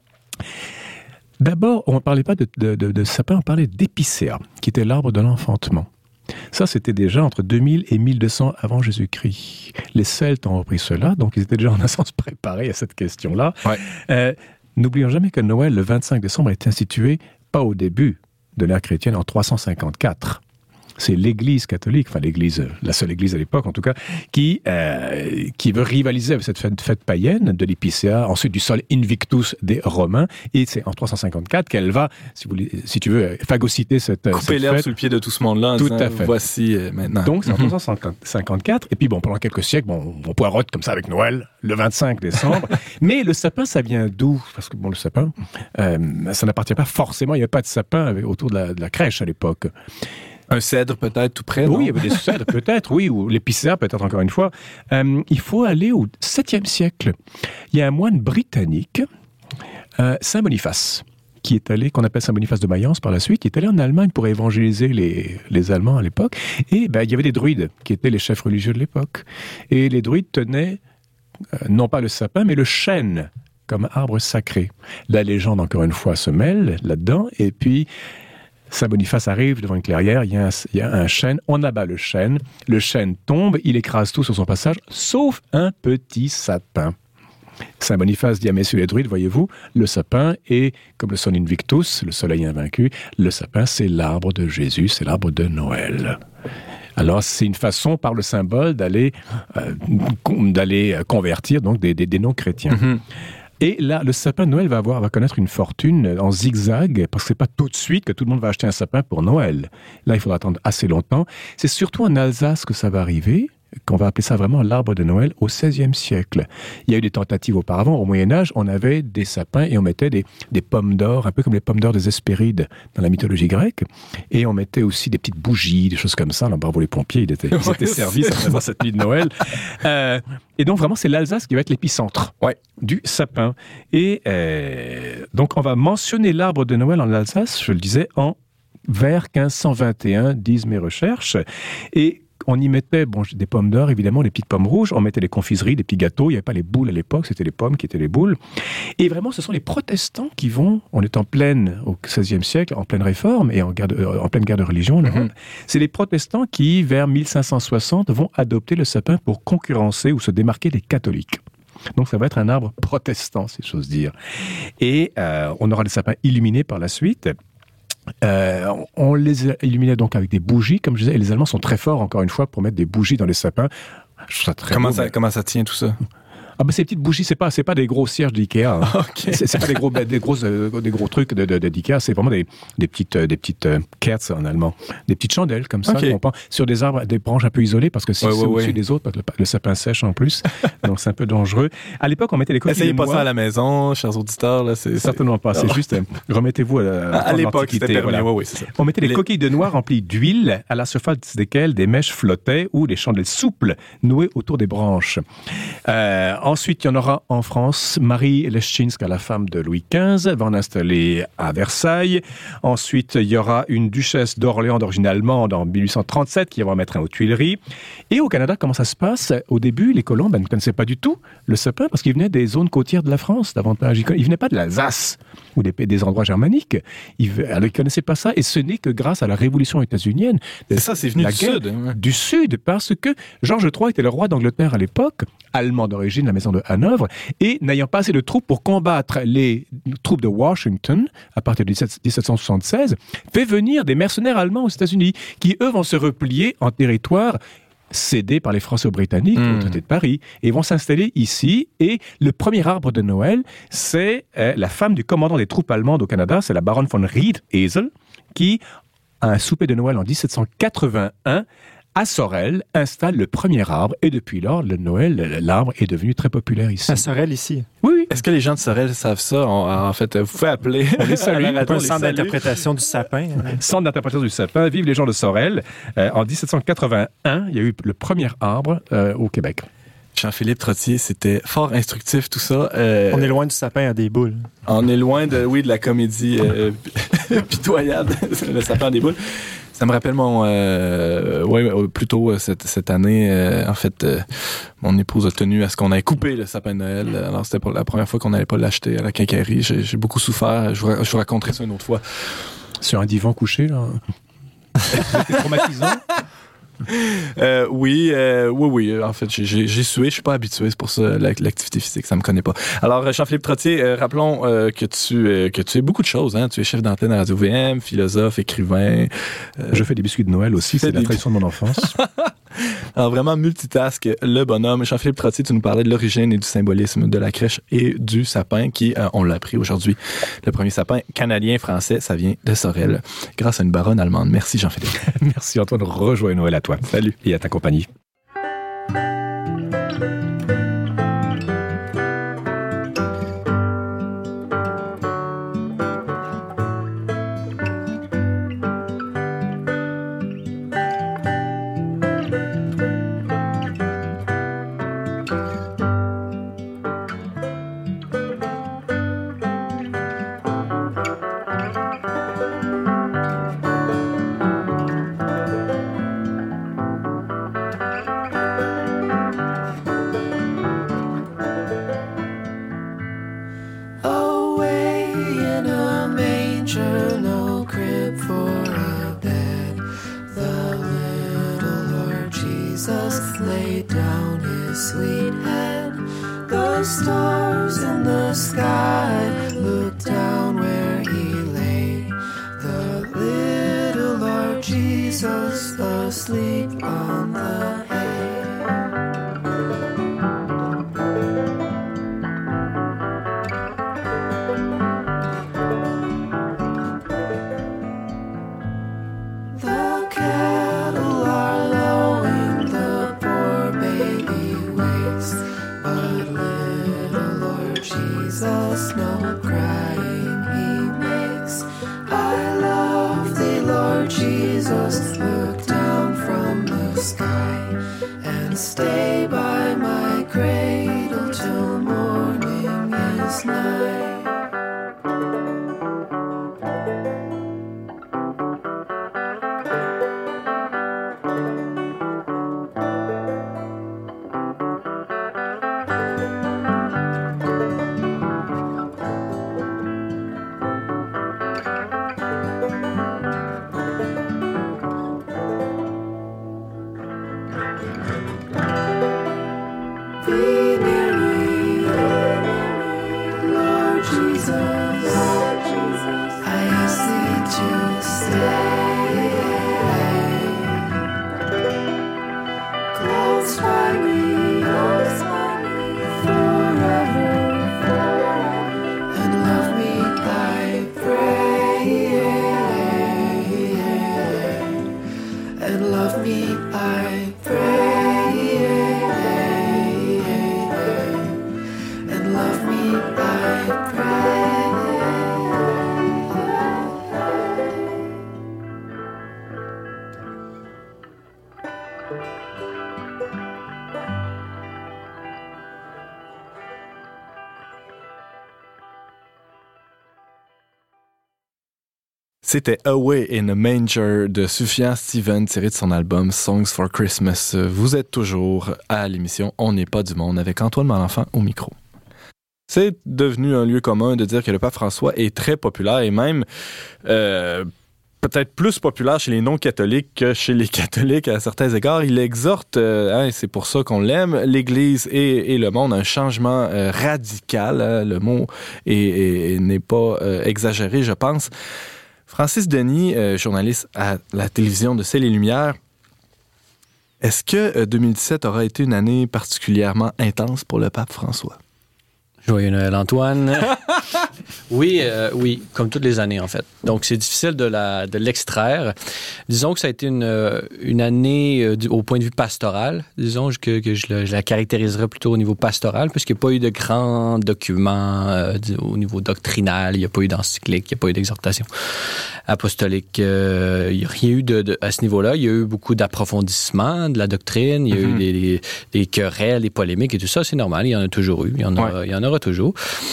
D'abord, on ne parlait pas de sapin, on parlait d'épicéa, qui était l'arbre de l'enfantement. Ça, c'était déjà entre 2000 et 1200 avant Jésus-Christ. Les Celtes ont repris cela, donc ils étaient déjà en un sens préparés à cette question-là. Ouais. N'oublions jamais que Noël, le 25 décembre, est institué, pas au début de l'ère chrétienne, en 354. C'est l'Église catholique, enfin l'Église, la seule Église à l'époque en tout cas, qui veut rivaliser avec cette fête païenne de l'épicéa, ensuite du sol Invictus des Romains, et c'est en 354 qu'elle va, si tu veux, phagocyter cette couper l'herbe sous le pied de tout ce monde-là. Tout à fait. Voici maintenant. Donc c'est en 354, et puis bon, pendant quelques siècles, on poireaute comme ça avec Noël, le 25 décembre, mais le sapin, ça vient d'où? Parce que bon, le sapin, ça n'appartient pas forcément, il n'y avait pas de sapin autour de la crèche à l'époque. Un cèdre peut-être tout près, Oui, il y avait des cèdres peut-être, oui, ou l'épicéa peut-être encore une fois. Il faut aller au 7e siècle. Il y a un moine britannique, Saint Boniface, qui est allé, qu'on appelle Saint Boniface de Mayence par la suite, qui est allé en Allemagne pour évangéliser les Allemands à l'époque. Et il y avait des druides qui étaient les chefs religieux de l'époque. Et les druides tenaient, non pas le sapin, mais le chêne comme arbre sacré. La légende, encore une fois, se mêle là-dedans, et puis Saint Boniface arrive devant une clairière, il y a un chêne, on abat le chêne tombe, il écrase tout sur son passage, sauf un petit sapin. Saint Boniface dit à messieurs les druides, voyez-vous, le sapin est comme le sol Invictus, le soleil invaincu, le sapin c'est l'arbre de Jésus, c'est l'arbre de Noël. Alors, c'est une façon, par le symbole, d'aller convertir donc des non-chrétiens. Et là, le sapin de Noël va connaître une fortune en zigzag, parce que c'est pas tout de suite que tout le monde va acheter un sapin pour Noël. Là, il faudra attendre assez longtemps. C'est surtout en Alsace que ça va arriver, qu'on va appeler ça vraiment l'arbre de Noël au XVIe siècle. Il y a eu des tentatives auparavant. Au Moyen-Âge, on avait des sapins et on mettait des pommes d'or, un peu comme les pommes d'or des Hespérides dans la mythologie grecque. Et on mettait aussi des petites bougies, des choses comme ça. Là, bravo les pompiers, ils étaient servis dans cette nuit de Noël. Et donc, vraiment, c'est l'Alsace qui va être l'épicentre du sapin. Et donc, on va mentionner l'arbre de Noël en Alsace, je le disais, vers 1521, disent mes recherches. Et on y mettait des pommes d'or, évidemment, des petites pommes rouges. On mettait des confiseries, des petits gâteaux. Il n'y avait pas les boules à l'époque, c'était les pommes qui étaient les boules. Et vraiment, ce sont les protestants qui vont, on est au XVIe siècle, en pleine réforme et en pleine guerre de religion. C'est les protestants qui, vers 1560, vont adopter le sapin pour concurrencer ou se démarquer des catholiques. Donc ça va être un arbre protestant, si j'ose dire. Et on aura des sapins illuminés par la suite. On les illuminait donc avec des bougies, comme je disais, et les Allemands sont très forts, encore une fois, pour mettre des bougies dans les sapins. Je trouve ça très beau, comment ça tient tout ça? Ah ben ces petites bougies, c'est pas des gros cierges d'Ikea. Hein. Okay. C'est pas des gros trucs d'Ikea. C'est vraiment des petites Kerzen en allemand, des petites chandelles comme ça qu'on pend sur des arbres, des branches un peu isolées parce que si c'est au-dessus des autres, parce que le sapin sèche en plus, donc c'est un peu dangereux. À l'époque, on mettait les coquilles de noix. Essayez pas ça à la maison, chers auditeurs. Là, certainement pas. C'est juste remettez-vous à l'époque. C'était permis. Voilà. C'est ça. On mettait des coquilles de noix remplies d'huile à la surface desquelles des mèches flottaient ou des chandelles souples nouées autour des branches. Ensuite, il y en aura en France. Marie Leschinska, la femme de Louis XV, va en installer à Versailles. Ensuite, il y aura une duchesse d'Orléans d'origine allemande en 1837 qui va mettre un aux Tuileries. Et au Canada, comment ça se passe? Au début, les colons ne connaissaient pas du tout le sapin parce qu'ils venaient des zones côtières de la France davantage. Ils ne venaient pas de l'Alsace ou des endroits germaniques. Ils ne connaissaient pas ça et ce n'est que grâce à la Révolution états-unienne. C'est venu du Sud. Du Sud, parce que Georges III était le roi d'Angleterre à l'époque, allemand d'origine, la maison de Hanovre, et n'ayant pas assez de troupes pour combattre les troupes de Washington, à partir de 1776, fait venir des mercenaires allemands aux États-Unis, qui, eux, vont se replier en territoire cédés par les Français aux Britanniques au traité de Paris. Et ils vont s'installer ici. Et le premier arbre de Noël, c'est la femme du commandant des troupes allemandes au Canada, c'est la baronne von Riedesel, qui, à un souper de Noël en 1781, à Sorel, installe le premier arbre. Et depuis lors, l'arbre est devenu très populaire ici. À Sorel, ici? Oui. Est-ce que les gens de Sorel savent ça? En fait, vous pouvez appeler. On les salue. Un centre d'interprétation du sapin. Centre d'interprétation du sapin. Vive les gens de Sorel. En 1781, il y a eu le premier arbre au Québec. Jean-Philippe Trottier, c'était fort instructif tout ça. On est loin du sapin à des boules. On est loin de la comédie pitoyable, le sapin à des boules. Ça me rappelle plus tôt cette année, en fait, mon épouse a tenu à ce qu'on ait coupé le sapin de Noël. Alors, c'était pour la première fois qu'on n'allait pas l'acheter à la quincaillerie. J'ai beaucoup souffert. Je vous raconterai ça une autre fois. Sur un divan couché, là. C'était traumatisant. Oui. En fait, j'ai sué. Je suis pas habitué. C'est pour ça l'activité physique, ça me connaît pas. Alors, Jean-Philippe Trottier, rappelons que tu es beaucoup de choses. Hein? Tu es chef d'antenne à Radio-VM, philosophe, écrivain. Je fais des biscuits de Noël aussi. C'est la tradition de mon enfance. Alors, vraiment multitask, le bonhomme. Jean-Philippe Trottier, tu nous parlais de l'origine et du symbolisme de la crèche et du sapin qui, on l'a appris aujourd'hui, le premier sapin canadien-français, ça vient de Sorel, grâce à une baronne allemande. Merci, Jean-Philippe. Merci, Antoine. Rejoins Noël à toi. Salut. Et à ta compagnie. C'était Away in a Manger de Sufjan Stevens, tiré de son album Songs for Christmas. Vous êtes toujours à l'émission On n'est pas du monde avec Antoine Malenfant au micro. C'est devenu un lieu commun de dire que le pape François est très populaire et même peut-être plus populaire chez les non-catholiques que chez les catholiques à certains égards. Il exhorte, et c'est pour ça qu'on l'aime, l'Église et le monde à un changement radical. Le mot n'est pas exagéré, je pense. Francis Denis, journaliste à la télévision de Ciel et Lumière, Est-ce que 2017 aura été une année particulièrement intense pour le pape François? Joyeux Noël, Antoine. Oui, comme toutes les années, en fait. Donc, c'est difficile de l'extraire. Disons que ça a été une année au point de vue pastoral. Disons que je la caractériserais plutôt au niveau pastoral, puisqu'il n'y a pas eu de grands documents au niveau doctrinal. Il n'y a pas eu d'encyclique, il n'y a pas eu d'exhortation apostolique. Il n'y a rien eu à ce niveau-là. Il y a eu beaucoup d'approfondissement de la doctrine. Il y a eu des querelles, des polémiques et tout ça. C'est normal. Il y en a toujours eu. Il y en aura toujours.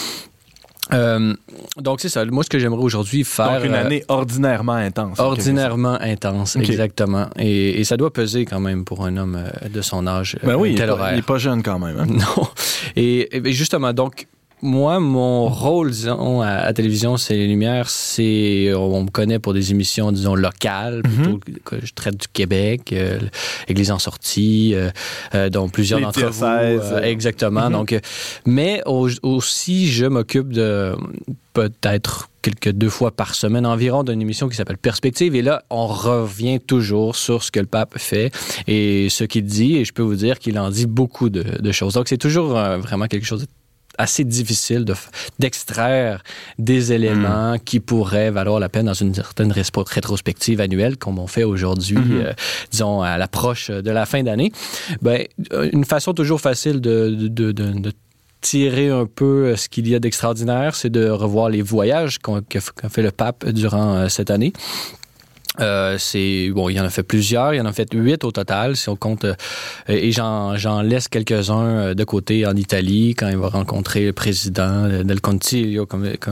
Donc, c'est ça. Moi, ce que j'aimerais aujourd'hui faire... Donc, une année ordinairement intense. Ordinairement intense, okay. Exactement. Et ça doit peser quand même pour un homme de son âge. Ben oui, il n'est pas jeune quand même. Hein? Non. Et justement, donc, moi, mon rôle, disons, à télévision, c'est les Lumières, on me connaît pour des émissions, disons, locales, plutôt que je traite du Québec, Église en sortie, dont plusieurs d'entre vous. Exactement. Donc, mais aussi, je m'occupe de peut-être quelques 2 fois par semaine environ d'une émission qui s'appelle Perspective. Et là, on revient toujours sur ce que le pape fait et ce qu'il dit. Et je peux vous dire qu'il en dit beaucoup de choses. Donc, c'est toujours vraiment quelque chose de assez difficile d'extraire des éléments qui pourraient valoir la peine dans une certaine rétrospective annuelle comme on fait aujourd'hui, disons, à l'approche de la fin d'année. Ben, une façon toujours facile de tirer un peu ce qu'il y a d'extraordinaire, c'est de revoir les voyages qu'a fait le pape durant cette année. Il y en a fait plusieurs, il en a fait 8 au total si on compte, et j'en laisse quelques-uns de côté en Italie quand il va rencontrer le président del Concilio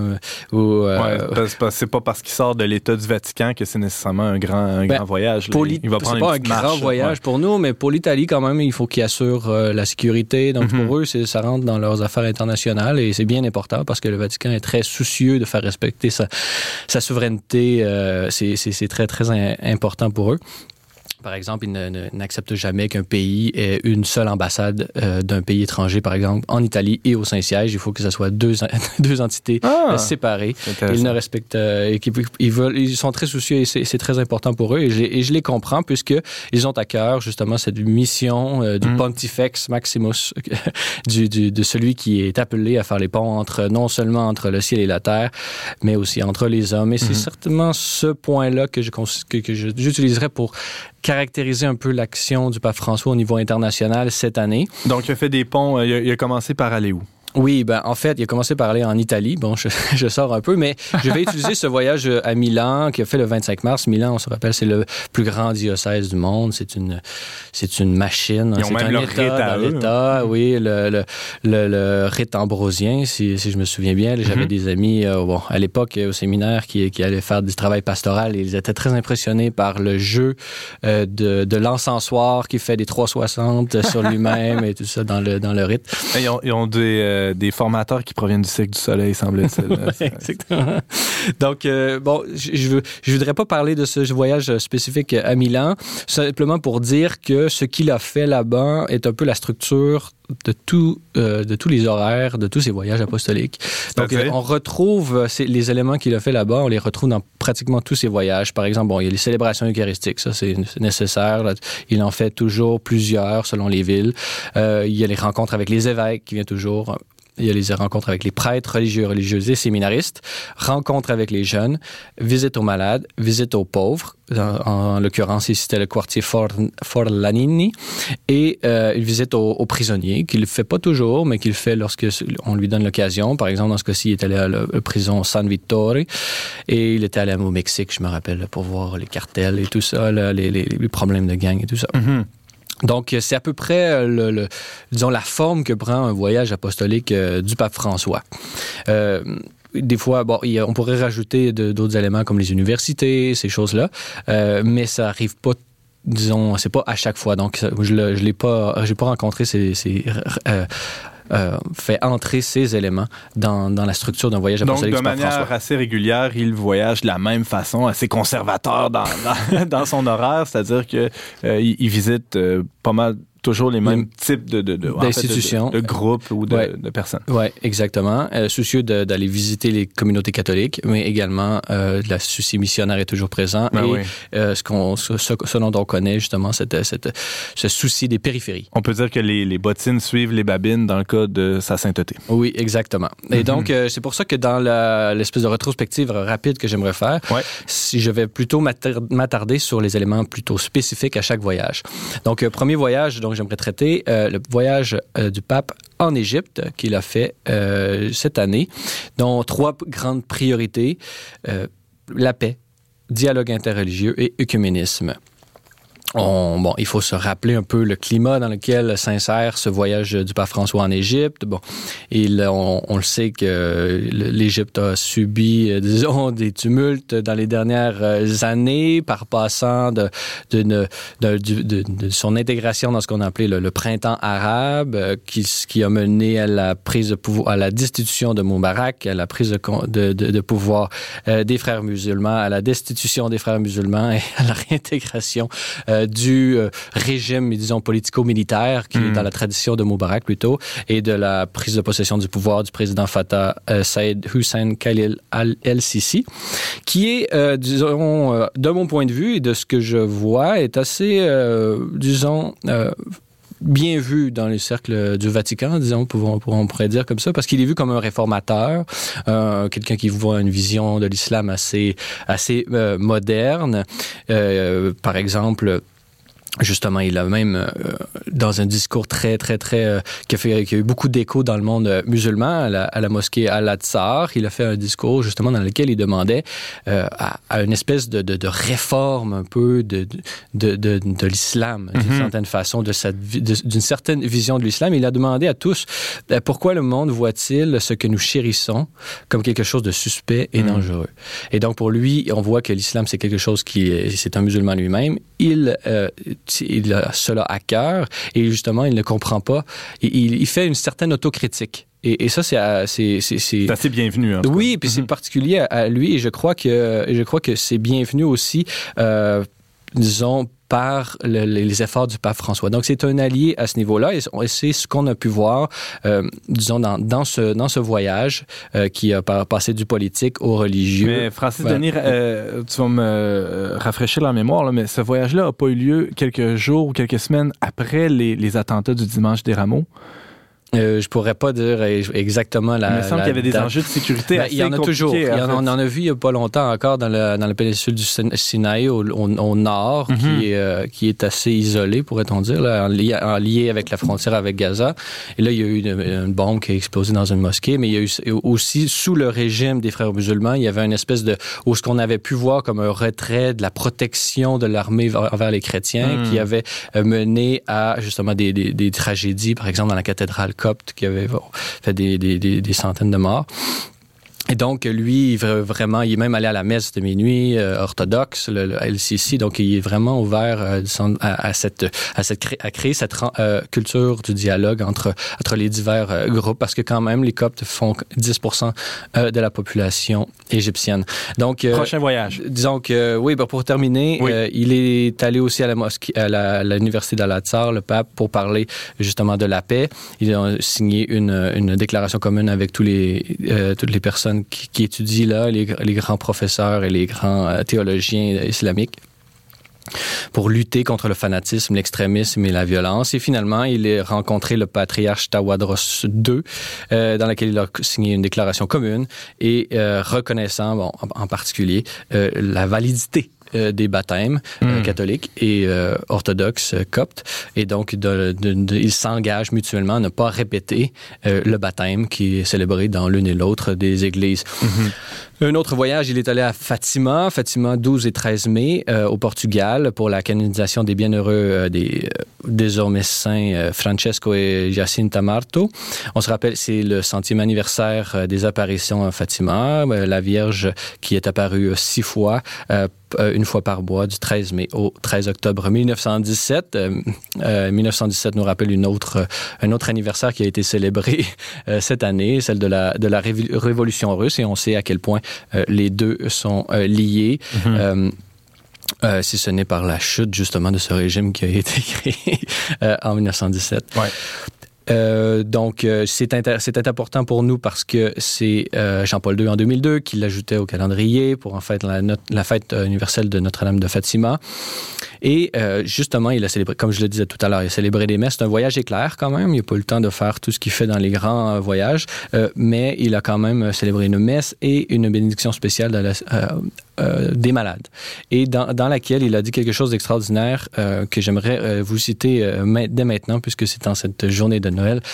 c'est pas parce qu'il sort de l'État du Vatican que c'est nécessairement un grand voyage. Il va prendre une petite marche. C'est pas un grand voyage pour nous, mais pour l'Italie quand même, il faut qu'ils assurent la sécurité. Donc pour eux, ça rentre dans leurs affaires internationales et c'est bien important parce que le Vatican est très soucieux de faire respecter sa souveraineté. C'est très très important pour eux. Par exemple, ils n'acceptent jamais qu'un pays ait une seule ambassade d'un pays étranger, par exemple, en Italie et au Saint-Siège. Il faut que ce soit deux entités séparées. Ils ne respectent... ils sont très soucieux et c'est très important pour eux. Et je les comprends puisqu'ils ont à cœur, justement, cette mission du Pontifex Maximus, de celui qui est appelé à faire les ponts non seulement entre le ciel et la terre, mais aussi entre les hommes. Et c'est certainement ce point-là que j'utiliserais pour caractériser un peu l'action du pape François au niveau international cette année. Donc, il a fait des ponts. Il a commencé par aller où? Oui, en fait, il a commencé par aller en Italie. Bon, je sors un peu, mais je vais utiliser ce voyage à Milan qui a fait le 25 mars. Milan, on se rappelle, c'est le plus grand diocèse du monde. C'est une machine. Ils ont même leur rite à eux. L'État, oui, le rite ambrosien, si je me souviens bien. J'avais des amis, à l'époque, au séminaire, qui allaient faire du travail pastoral et ils étaient très impressionnés par le jeu de l'encensoir qui fait des 360 sur lui-même et tout ça dans le rite. Ils ont des formateurs qui proviennent du Cirque du Soleil, semble-t-il. Exactement. Donc, je voudrais pas parler de ce voyage spécifique à Milan, simplement pour dire que ce qu'il a fait là-bas est un peu la structure de tous les horaires, de tous ces voyages apostoliques. Donc, on retrouve les éléments qu'il a fait là-bas, on les retrouve dans pratiquement tous ses voyages. Par exemple, il y a les célébrations eucharistiques, ça c'est nécessaire. Là. Il en fait toujours plusieurs selon les villes. Il y a les rencontres avec les évêques qui viennent toujours. Il y a les rencontres avec les prêtres, religieuses et séminaristes, rencontres avec les jeunes, visite aux malades, visite aux pauvres, en l'occurrence ici c'était le quartier Forlanini, et une visite aux prisonniers, qu'il ne fait pas toujours, mais qu'il fait lorsque on lui donne l'occasion. Par exemple, dans ce cas-ci, il est allé à la prison San Vittore, et il était allé au Mexique, je me rappelle, pour voir les cartels et tout ça, les problèmes de gang et tout ça. Donc, c'est à peu près, disons, la forme que prend un voyage apostolique du pape François. Des fois, on pourrait rajouter d'autres éléments comme les universités, ces choses-là, mais ça n'arrive pas, disons, c'est pas à chaque fois. Donc, j'ai pas rencontré fait entrer ces éléments dans la structure d'un voyage apostolique. Donc, de manière assez régulière, il voyage de la même façon, assez conservateur dans son horaire, c'est-à-dire qu'il visite pas mal toujours les mêmes types d'institutions, de groupes ou de personnes. Oui, exactement. Soucieux d'aller visiter les communautés catholiques, mais également le souci missionnaire est toujours présent. Ce dont on connaît justement ce souci des périphéries. On peut dire que les bottines suivent les babines dans le cas de sa sainteté. Oui, exactement. Et donc, c'est pour ça que dans l'espèce de rétrospective rapide que j'aimerais faire, si je vais plutôt m'attarder sur les éléments plutôt spécifiques à chaque voyage. Donc, premier voyage, donc j'aimerais traiter le voyage du pape en Égypte qu'il a fait cette année, dont 3 grandes priorités, la paix, dialogue interreligieux et œcuménisme. Il faut se rappeler un peu le climat dans lequel s'insère ce voyage du pape François en Égypte. Bon, on le sait que l'Égypte a subi, disons, des tumultes dans les dernières années, par passant de son intégration dans ce qu'on a appelé le printemps arabe, qui a mené à la prise de pouvoir, à la destitution de Moubarak, à la prise de pouvoir des frères musulmans, à la destitution des frères musulmans et à la réintégration du régime, disons, politico-militaire, qui est dans la tradition de Moubarak plutôt, et de la prise de possession du pouvoir du président Fatah Saïd Hussein Khalil al-Sisi, qui est, disons, de mon point de vue et de ce que je vois, est assez, disons, bien vu dans les cercles du Vatican, disons, on pourrait dire comme ça, parce qu'il est vu comme un réformateur, quelqu'un qui voit une vision de l'islam assez moderne. Par exemple, justement, il a même, dans un discours très, très, très... qui a eu beaucoup d'écho dans le monde musulman, à la mosquée Al-Aqsa, il a fait un discours, justement, dans lequel il demandait à une espèce de réforme un peu de l'islam, d'une certaine façon, d'une certaine vision de l'islam. Il a demandé à tous pourquoi le monde voit-il ce que nous chérissons comme quelque chose de suspect et dangereux. Et donc, pour lui, on voit que l'islam, c'est quelque chose c'est un musulman lui-même. Il a cela à cœur et justement, il ne comprend pas. Il fait une certaine autocritique. Et ça, c'est assez bienvenu. Oui, puis c'est particulier à lui et je crois que c'est bienvenu aussi, disons, par les efforts du pape François. Donc, c'est un allié à ce niveau-là et c'est ce qu'on a pu voir, disons, dans ce voyage qui a passé du politique au religieux. Mais Francis Denis, tu vas me rafraîchir la mémoire, là, mais ce voyage-là n'a pas eu lieu quelques jours ou quelques semaines après les attentats du dimanche des Rameaux? Je pourrais pas dire exactement la. Il me semble qu'il y avait des enjeux de sécurité assez compliqués. Il y en a toujours. On en a vu il y a pas longtemps encore dans la péninsule du Sinaï au nord, qui est assez isolé, pourrait-on dire, là, en lié avec la frontière avec Gaza. Et là, il y a eu une bombe qui a explosé dans une mosquée, mais il y a eu aussi, sous le régime des frères musulmans, il y avait une espèce où ce qu'on avait pu voir comme un retrait de la protection de l'armée envers les chrétiens, qui avait mené à, justement, des tragédies, par exemple, dans la cathédrale copte qui avait fait des centaines de morts. Et donc, lui, vraiment, il est même allé à la messe de minuit orthodoxe, le LCC, donc il est vraiment ouvert à créer cette culture du dialogue entre les divers groupes, parce que quand même, les Coptes font 10% de la population égyptienne. Donc, prochain voyage. Disons que, oui, pour terminer, il est allé aussi à la mosquée, à l'université d'Al-Azhar, le pape, pour parler justement de la paix. Il a signé une déclaration commune avec toutes les personnes qui étudient là, les grands professeurs et les grands théologiens islamiques, pour lutter contre le fanatisme, l'extrémisme et la violence. Et finalement, il a rencontré le patriarche Tawadros II, dans laquelle il a signé une déclaration commune et reconnaissant, en particulier, la validité des baptêmes catholiques et orthodoxes coptes. Et donc, ils s'engagent mutuellement à ne pas répéter le baptême qui est célébré dans l'une et l'autre des églises. Un autre voyage, il est allé à Fatima 12 et 13 mai, au Portugal, pour la canonisation des bienheureux des désormais saints Francesco et Jacinta Marto. On se rappelle, c'est le 100e anniversaire des apparitions à Fatima, la Vierge qui est apparue 6 fois, une fois par mois, du 13 mai au 13 octobre 1917. 1917 nous rappelle un autre anniversaire qui a été célébré cette année, celle de la Révolution russe, et on sait à quel point les deux sont liés. si ce n'est par la chute, justement, de ce régime qui a été créé en 1917. Ouais. Donc, c'était important pour nous parce que c'est Jean-Paul II en 2002 qui l'ajoutait au calendrier pour en fait la fête universelle de Notre-Dame de Fatima. Et justement, il a célébré, comme je le disais tout à l'heure, il a célébré des messes. C'est un voyage éclair quand même. Il n'a pas eu le temps de faire tout ce qu'il fait dans les grands voyages, mais il a quand même célébré une messe et une bénédiction spéciale des malades. Et dans laquelle il a dit quelque chose d'extraordinaire que j'aimerais vous citer dès maintenant, puisque c'est en cette journée de Noël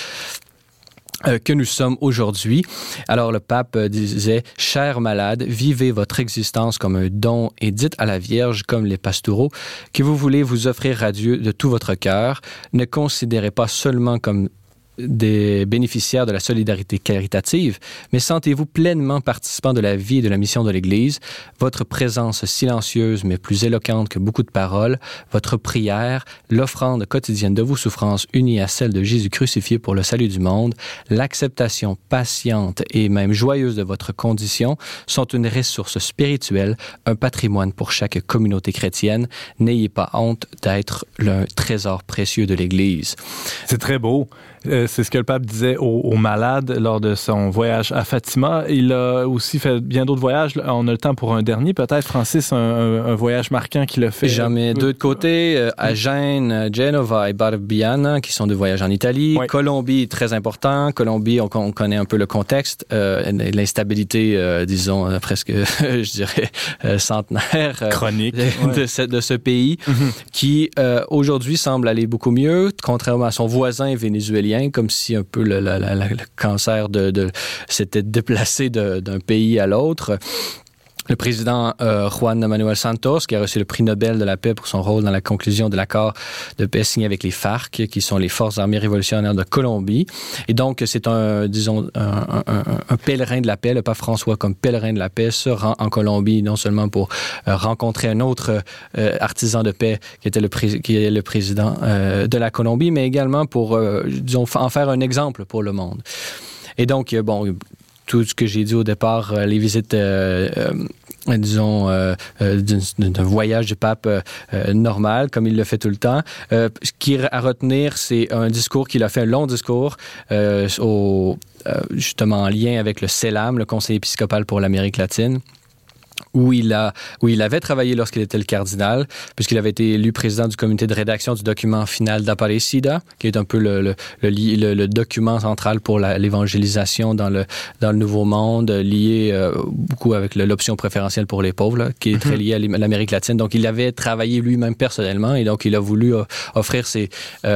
que nous sommes aujourd'hui. Alors, le pape disait « Chers malades, vivez votre existence comme un don et dites à la Vierge, comme les pastoureaux, que vous voulez vous offrir à Dieu de tout votre cœur. Ne considérez pas seulement comme des bénéficiaires de la solidarité caritative, mais sentez-vous pleinement participant de la vie et de la mission de l'Église. Votre présence silencieuse mais plus éloquente que beaucoup de paroles, votre prière, l'offrande quotidienne de vos souffrances unie à celle de Jésus crucifié pour le salut du monde, l'acceptation patiente et même joyeuse de votre condition sont une ressource spirituelle, un patrimoine pour chaque communauté chrétienne. N'ayez pas honte d'être le trésor précieux de l'Église. » C'est très beau. C'est ce que le pape disait aux malades lors de son voyage à Fatima. Il a aussi fait bien d'autres voyages. On a le temps pour un dernier, peut-être, Francis, un voyage marquant qu'il a fait. J'en mets deux de côté, à Gênes, Genova et Barbiana, qui sont deux voyages en Italie. Oui. Colombie, très important. Colombie, on connaît un peu le contexte, l'instabilité, disons, presque, je dirais, centenaire. Chronique. De ce pays, qui aujourd'hui semble aller beaucoup mieux, contrairement à son voisin vénézuélien, comme si un peu le cancer s'était déplacé d'un pays à l'autre. Le président Juan Manuel Santos, qui a reçu le prix Nobel de la paix pour son rôle dans la conclusion de l'accord de paix signé avec les FARC, qui sont les forces armées révolutionnaires de Colombie. Et donc, c'est un pèlerin de la paix. Le pape François, comme pèlerin de la paix, se rend en Colombie, non seulement pour rencontrer un autre artisan de paix qui est le président de la Colombie, mais également pour, disons, en faire un exemple pour le monde. Et donc, bon, tout ce que j'ai dit au départ, les visites, disons, d'un voyage du pape normal, comme il le fait tout le temps. Ce qui est à retenir, c'est un discours qu'il a fait, un long discours, justement en lien avec le CELAM, le Conseil épiscopal pour l'Amérique latine, où il avait travaillé lorsqu'il était le cardinal, puisqu'il avait été élu président du comité de rédaction du document final d'Aparecida, qui est un peu le document central pour l'évangélisation dans le Nouveau Monde, lié beaucoup avec l'option préférentielle pour les pauvres, là, qui est très liée à l'Amérique latine. Donc, il avait travaillé lui-même personnellement, et donc il a voulu offrir ses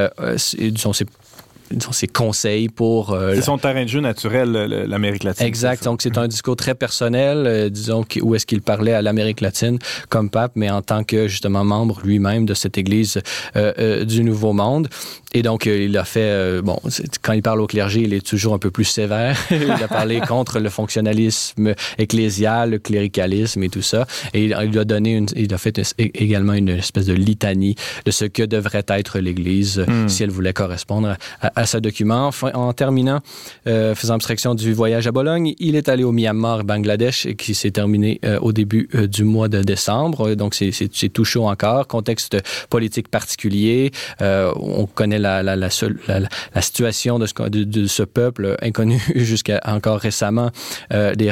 conseils pour... c'est son terrain de jeu naturel, l'Amérique latine. Exact. Donc, c'est un discours très personnel, disons, où est-ce qu'il parlait à l'Amérique latine comme pape, mais en tant que, justement, membre lui-même de cette Église du Nouveau Monde. Et donc, il a fait... quand il parle au clergé, il est toujours un peu plus sévère. Il a parlé contre le fonctionnalisme ecclésial, le cléricalisme et tout ça. Et il a fait également une espèce de litanie de ce que devrait être l'Église si elle voulait correspondre à ce document. En terminant, faisant abstraction du voyage à Bologne, il est allé au Myanmar et Bangladesh, qui s'est terminé au début du mois de décembre. Donc, c'est tout chaud encore. Contexte politique particulier. On connaît la situation de ce peuple inconnu jusqu'à encore récemment, des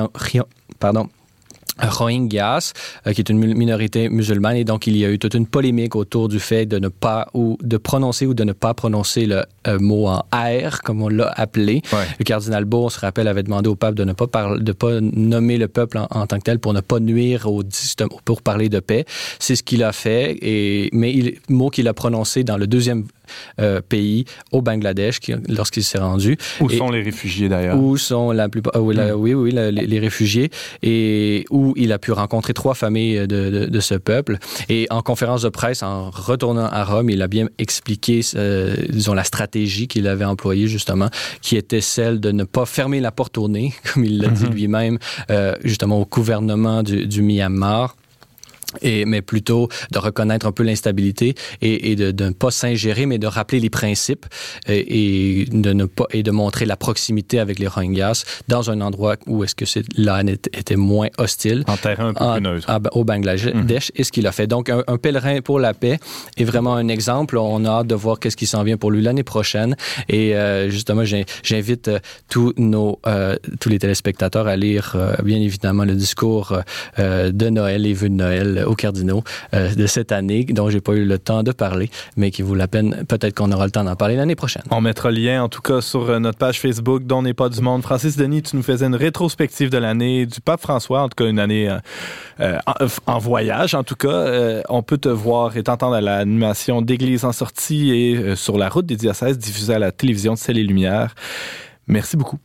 Rohingyas, qui est une minorité musulmane, et donc il y a eu toute une polémique autour du fait de ne pas de prononcer ou de ne pas prononcer le mot en R, comme on l'a appelé. Ouais. Le cardinal Beau, on se rappelle, avait demandé au pape de ne pas nommer le peuple en tant que tel pour ne pas nuire pour parler de paix. C'est ce qu'il a fait, mais mot qu'il a prononcé dans le deuxième pays, au Bangladesh, lorsqu'il s'est rendu. Où sont les réfugiés, d'ailleurs? Où sont la plupart... les réfugiés, et où il a pu rencontrer 3 familles de ce peuple. Et en conférence de presse, en retournant à Rome, il a bien expliqué, disons, la stratégie qu'il avait employée, justement, qui était celle de ne pas fermer la porte au nez, comme il l'a dit lui-même, justement, au gouvernement du Myanmar. mais plutôt de reconnaître un peu l'instabilité et de ne pas s'ingérer, mais de rappeler les principes et de montrer la proximité avec les Rohingyas dans un endroit où est-ce que l'Inde était moins hostile. En terrain un peu plus neutre. Au Bangladesh, et ce qu'il a fait. Donc, un pèlerin pour la paix est vraiment un exemple. On a hâte de voir qu'est-ce qui s'en vient pour lui l'année prochaine. Et justement, j'invite tous les téléspectateurs à lire, bien évidemment, le discours de Noël, les vœux de Noël aux cardinaux de cette année, dont j'ai pas eu le temps de parler, mais qui vaut la peine. Peut-être qu'on aura le temps d'en parler l'année prochaine. On mettra le lien, en tout cas, sur notre page Facebook dont n'est pas du monde. Francis Denis, tu nous faisais une rétrospective de l'année du pape François, en tout cas une année en voyage. En tout cas, on peut te voir et t'entendre à l'animation d'Église en sortie et sur la route des diocèses diffusée à la télévision de Ciel et Lumière. Merci beaucoup.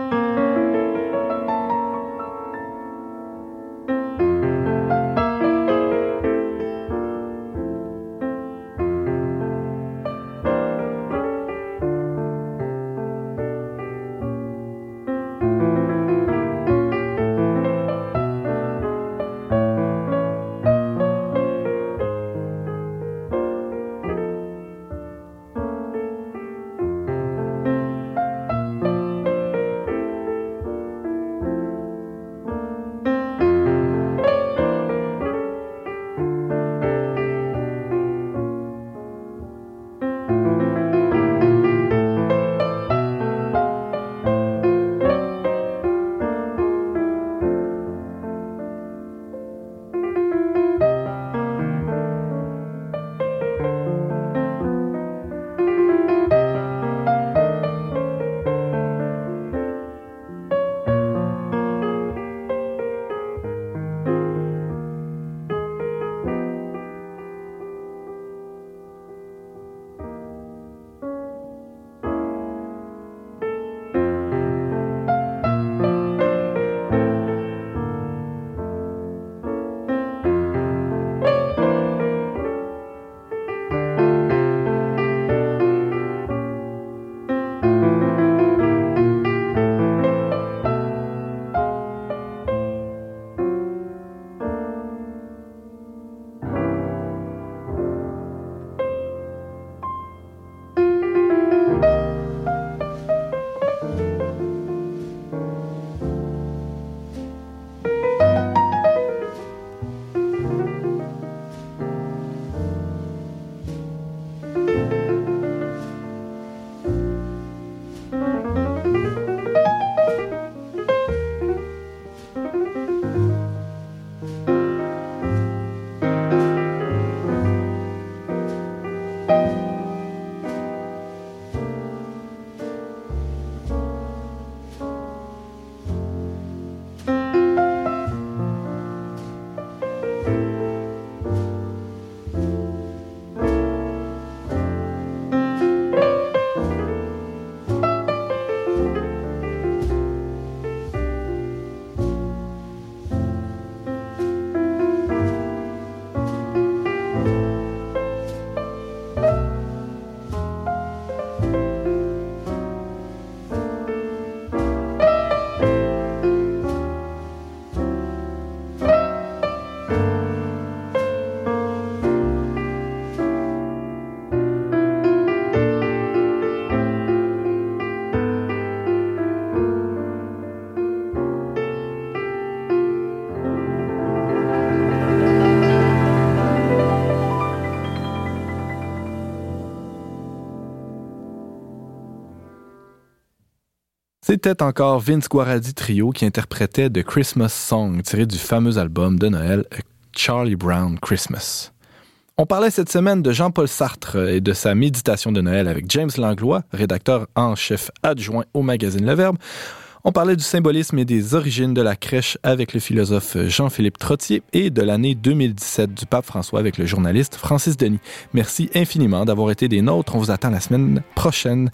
C'était encore Vince Guaraldi Trio qui interprétait The Christmas Song, tiré du fameux album de Noël Charlie Brown Christmas. On parlait cette semaine de Jean-Paul Sartre et de sa méditation de Noël avec James Langlois, rédacteur en chef adjoint au magazine Le Verbe. On parlait du symbolisme et des origines de la crèche avec le philosophe Jean-Philippe Trottier et de l'année 2017 du pape François avec le journaliste Francis Denis. Merci infiniment d'avoir été des nôtres. On vous attend la semaine prochaine,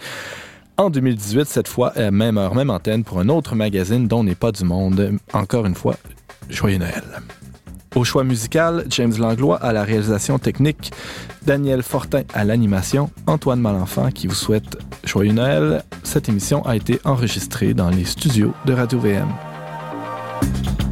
en 2018, cette fois, à même heure, même antenne, pour un autre magazine dont n'est pas du monde. Encore une fois, joyeux Noël. Au choix musical, James Langlois à la réalisation technique, Daniel Fortin à l'animation, Antoine Malenfant qui vous souhaite joyeux Noël. Cette émission a été enregistrée dans les studios de Radio-VM.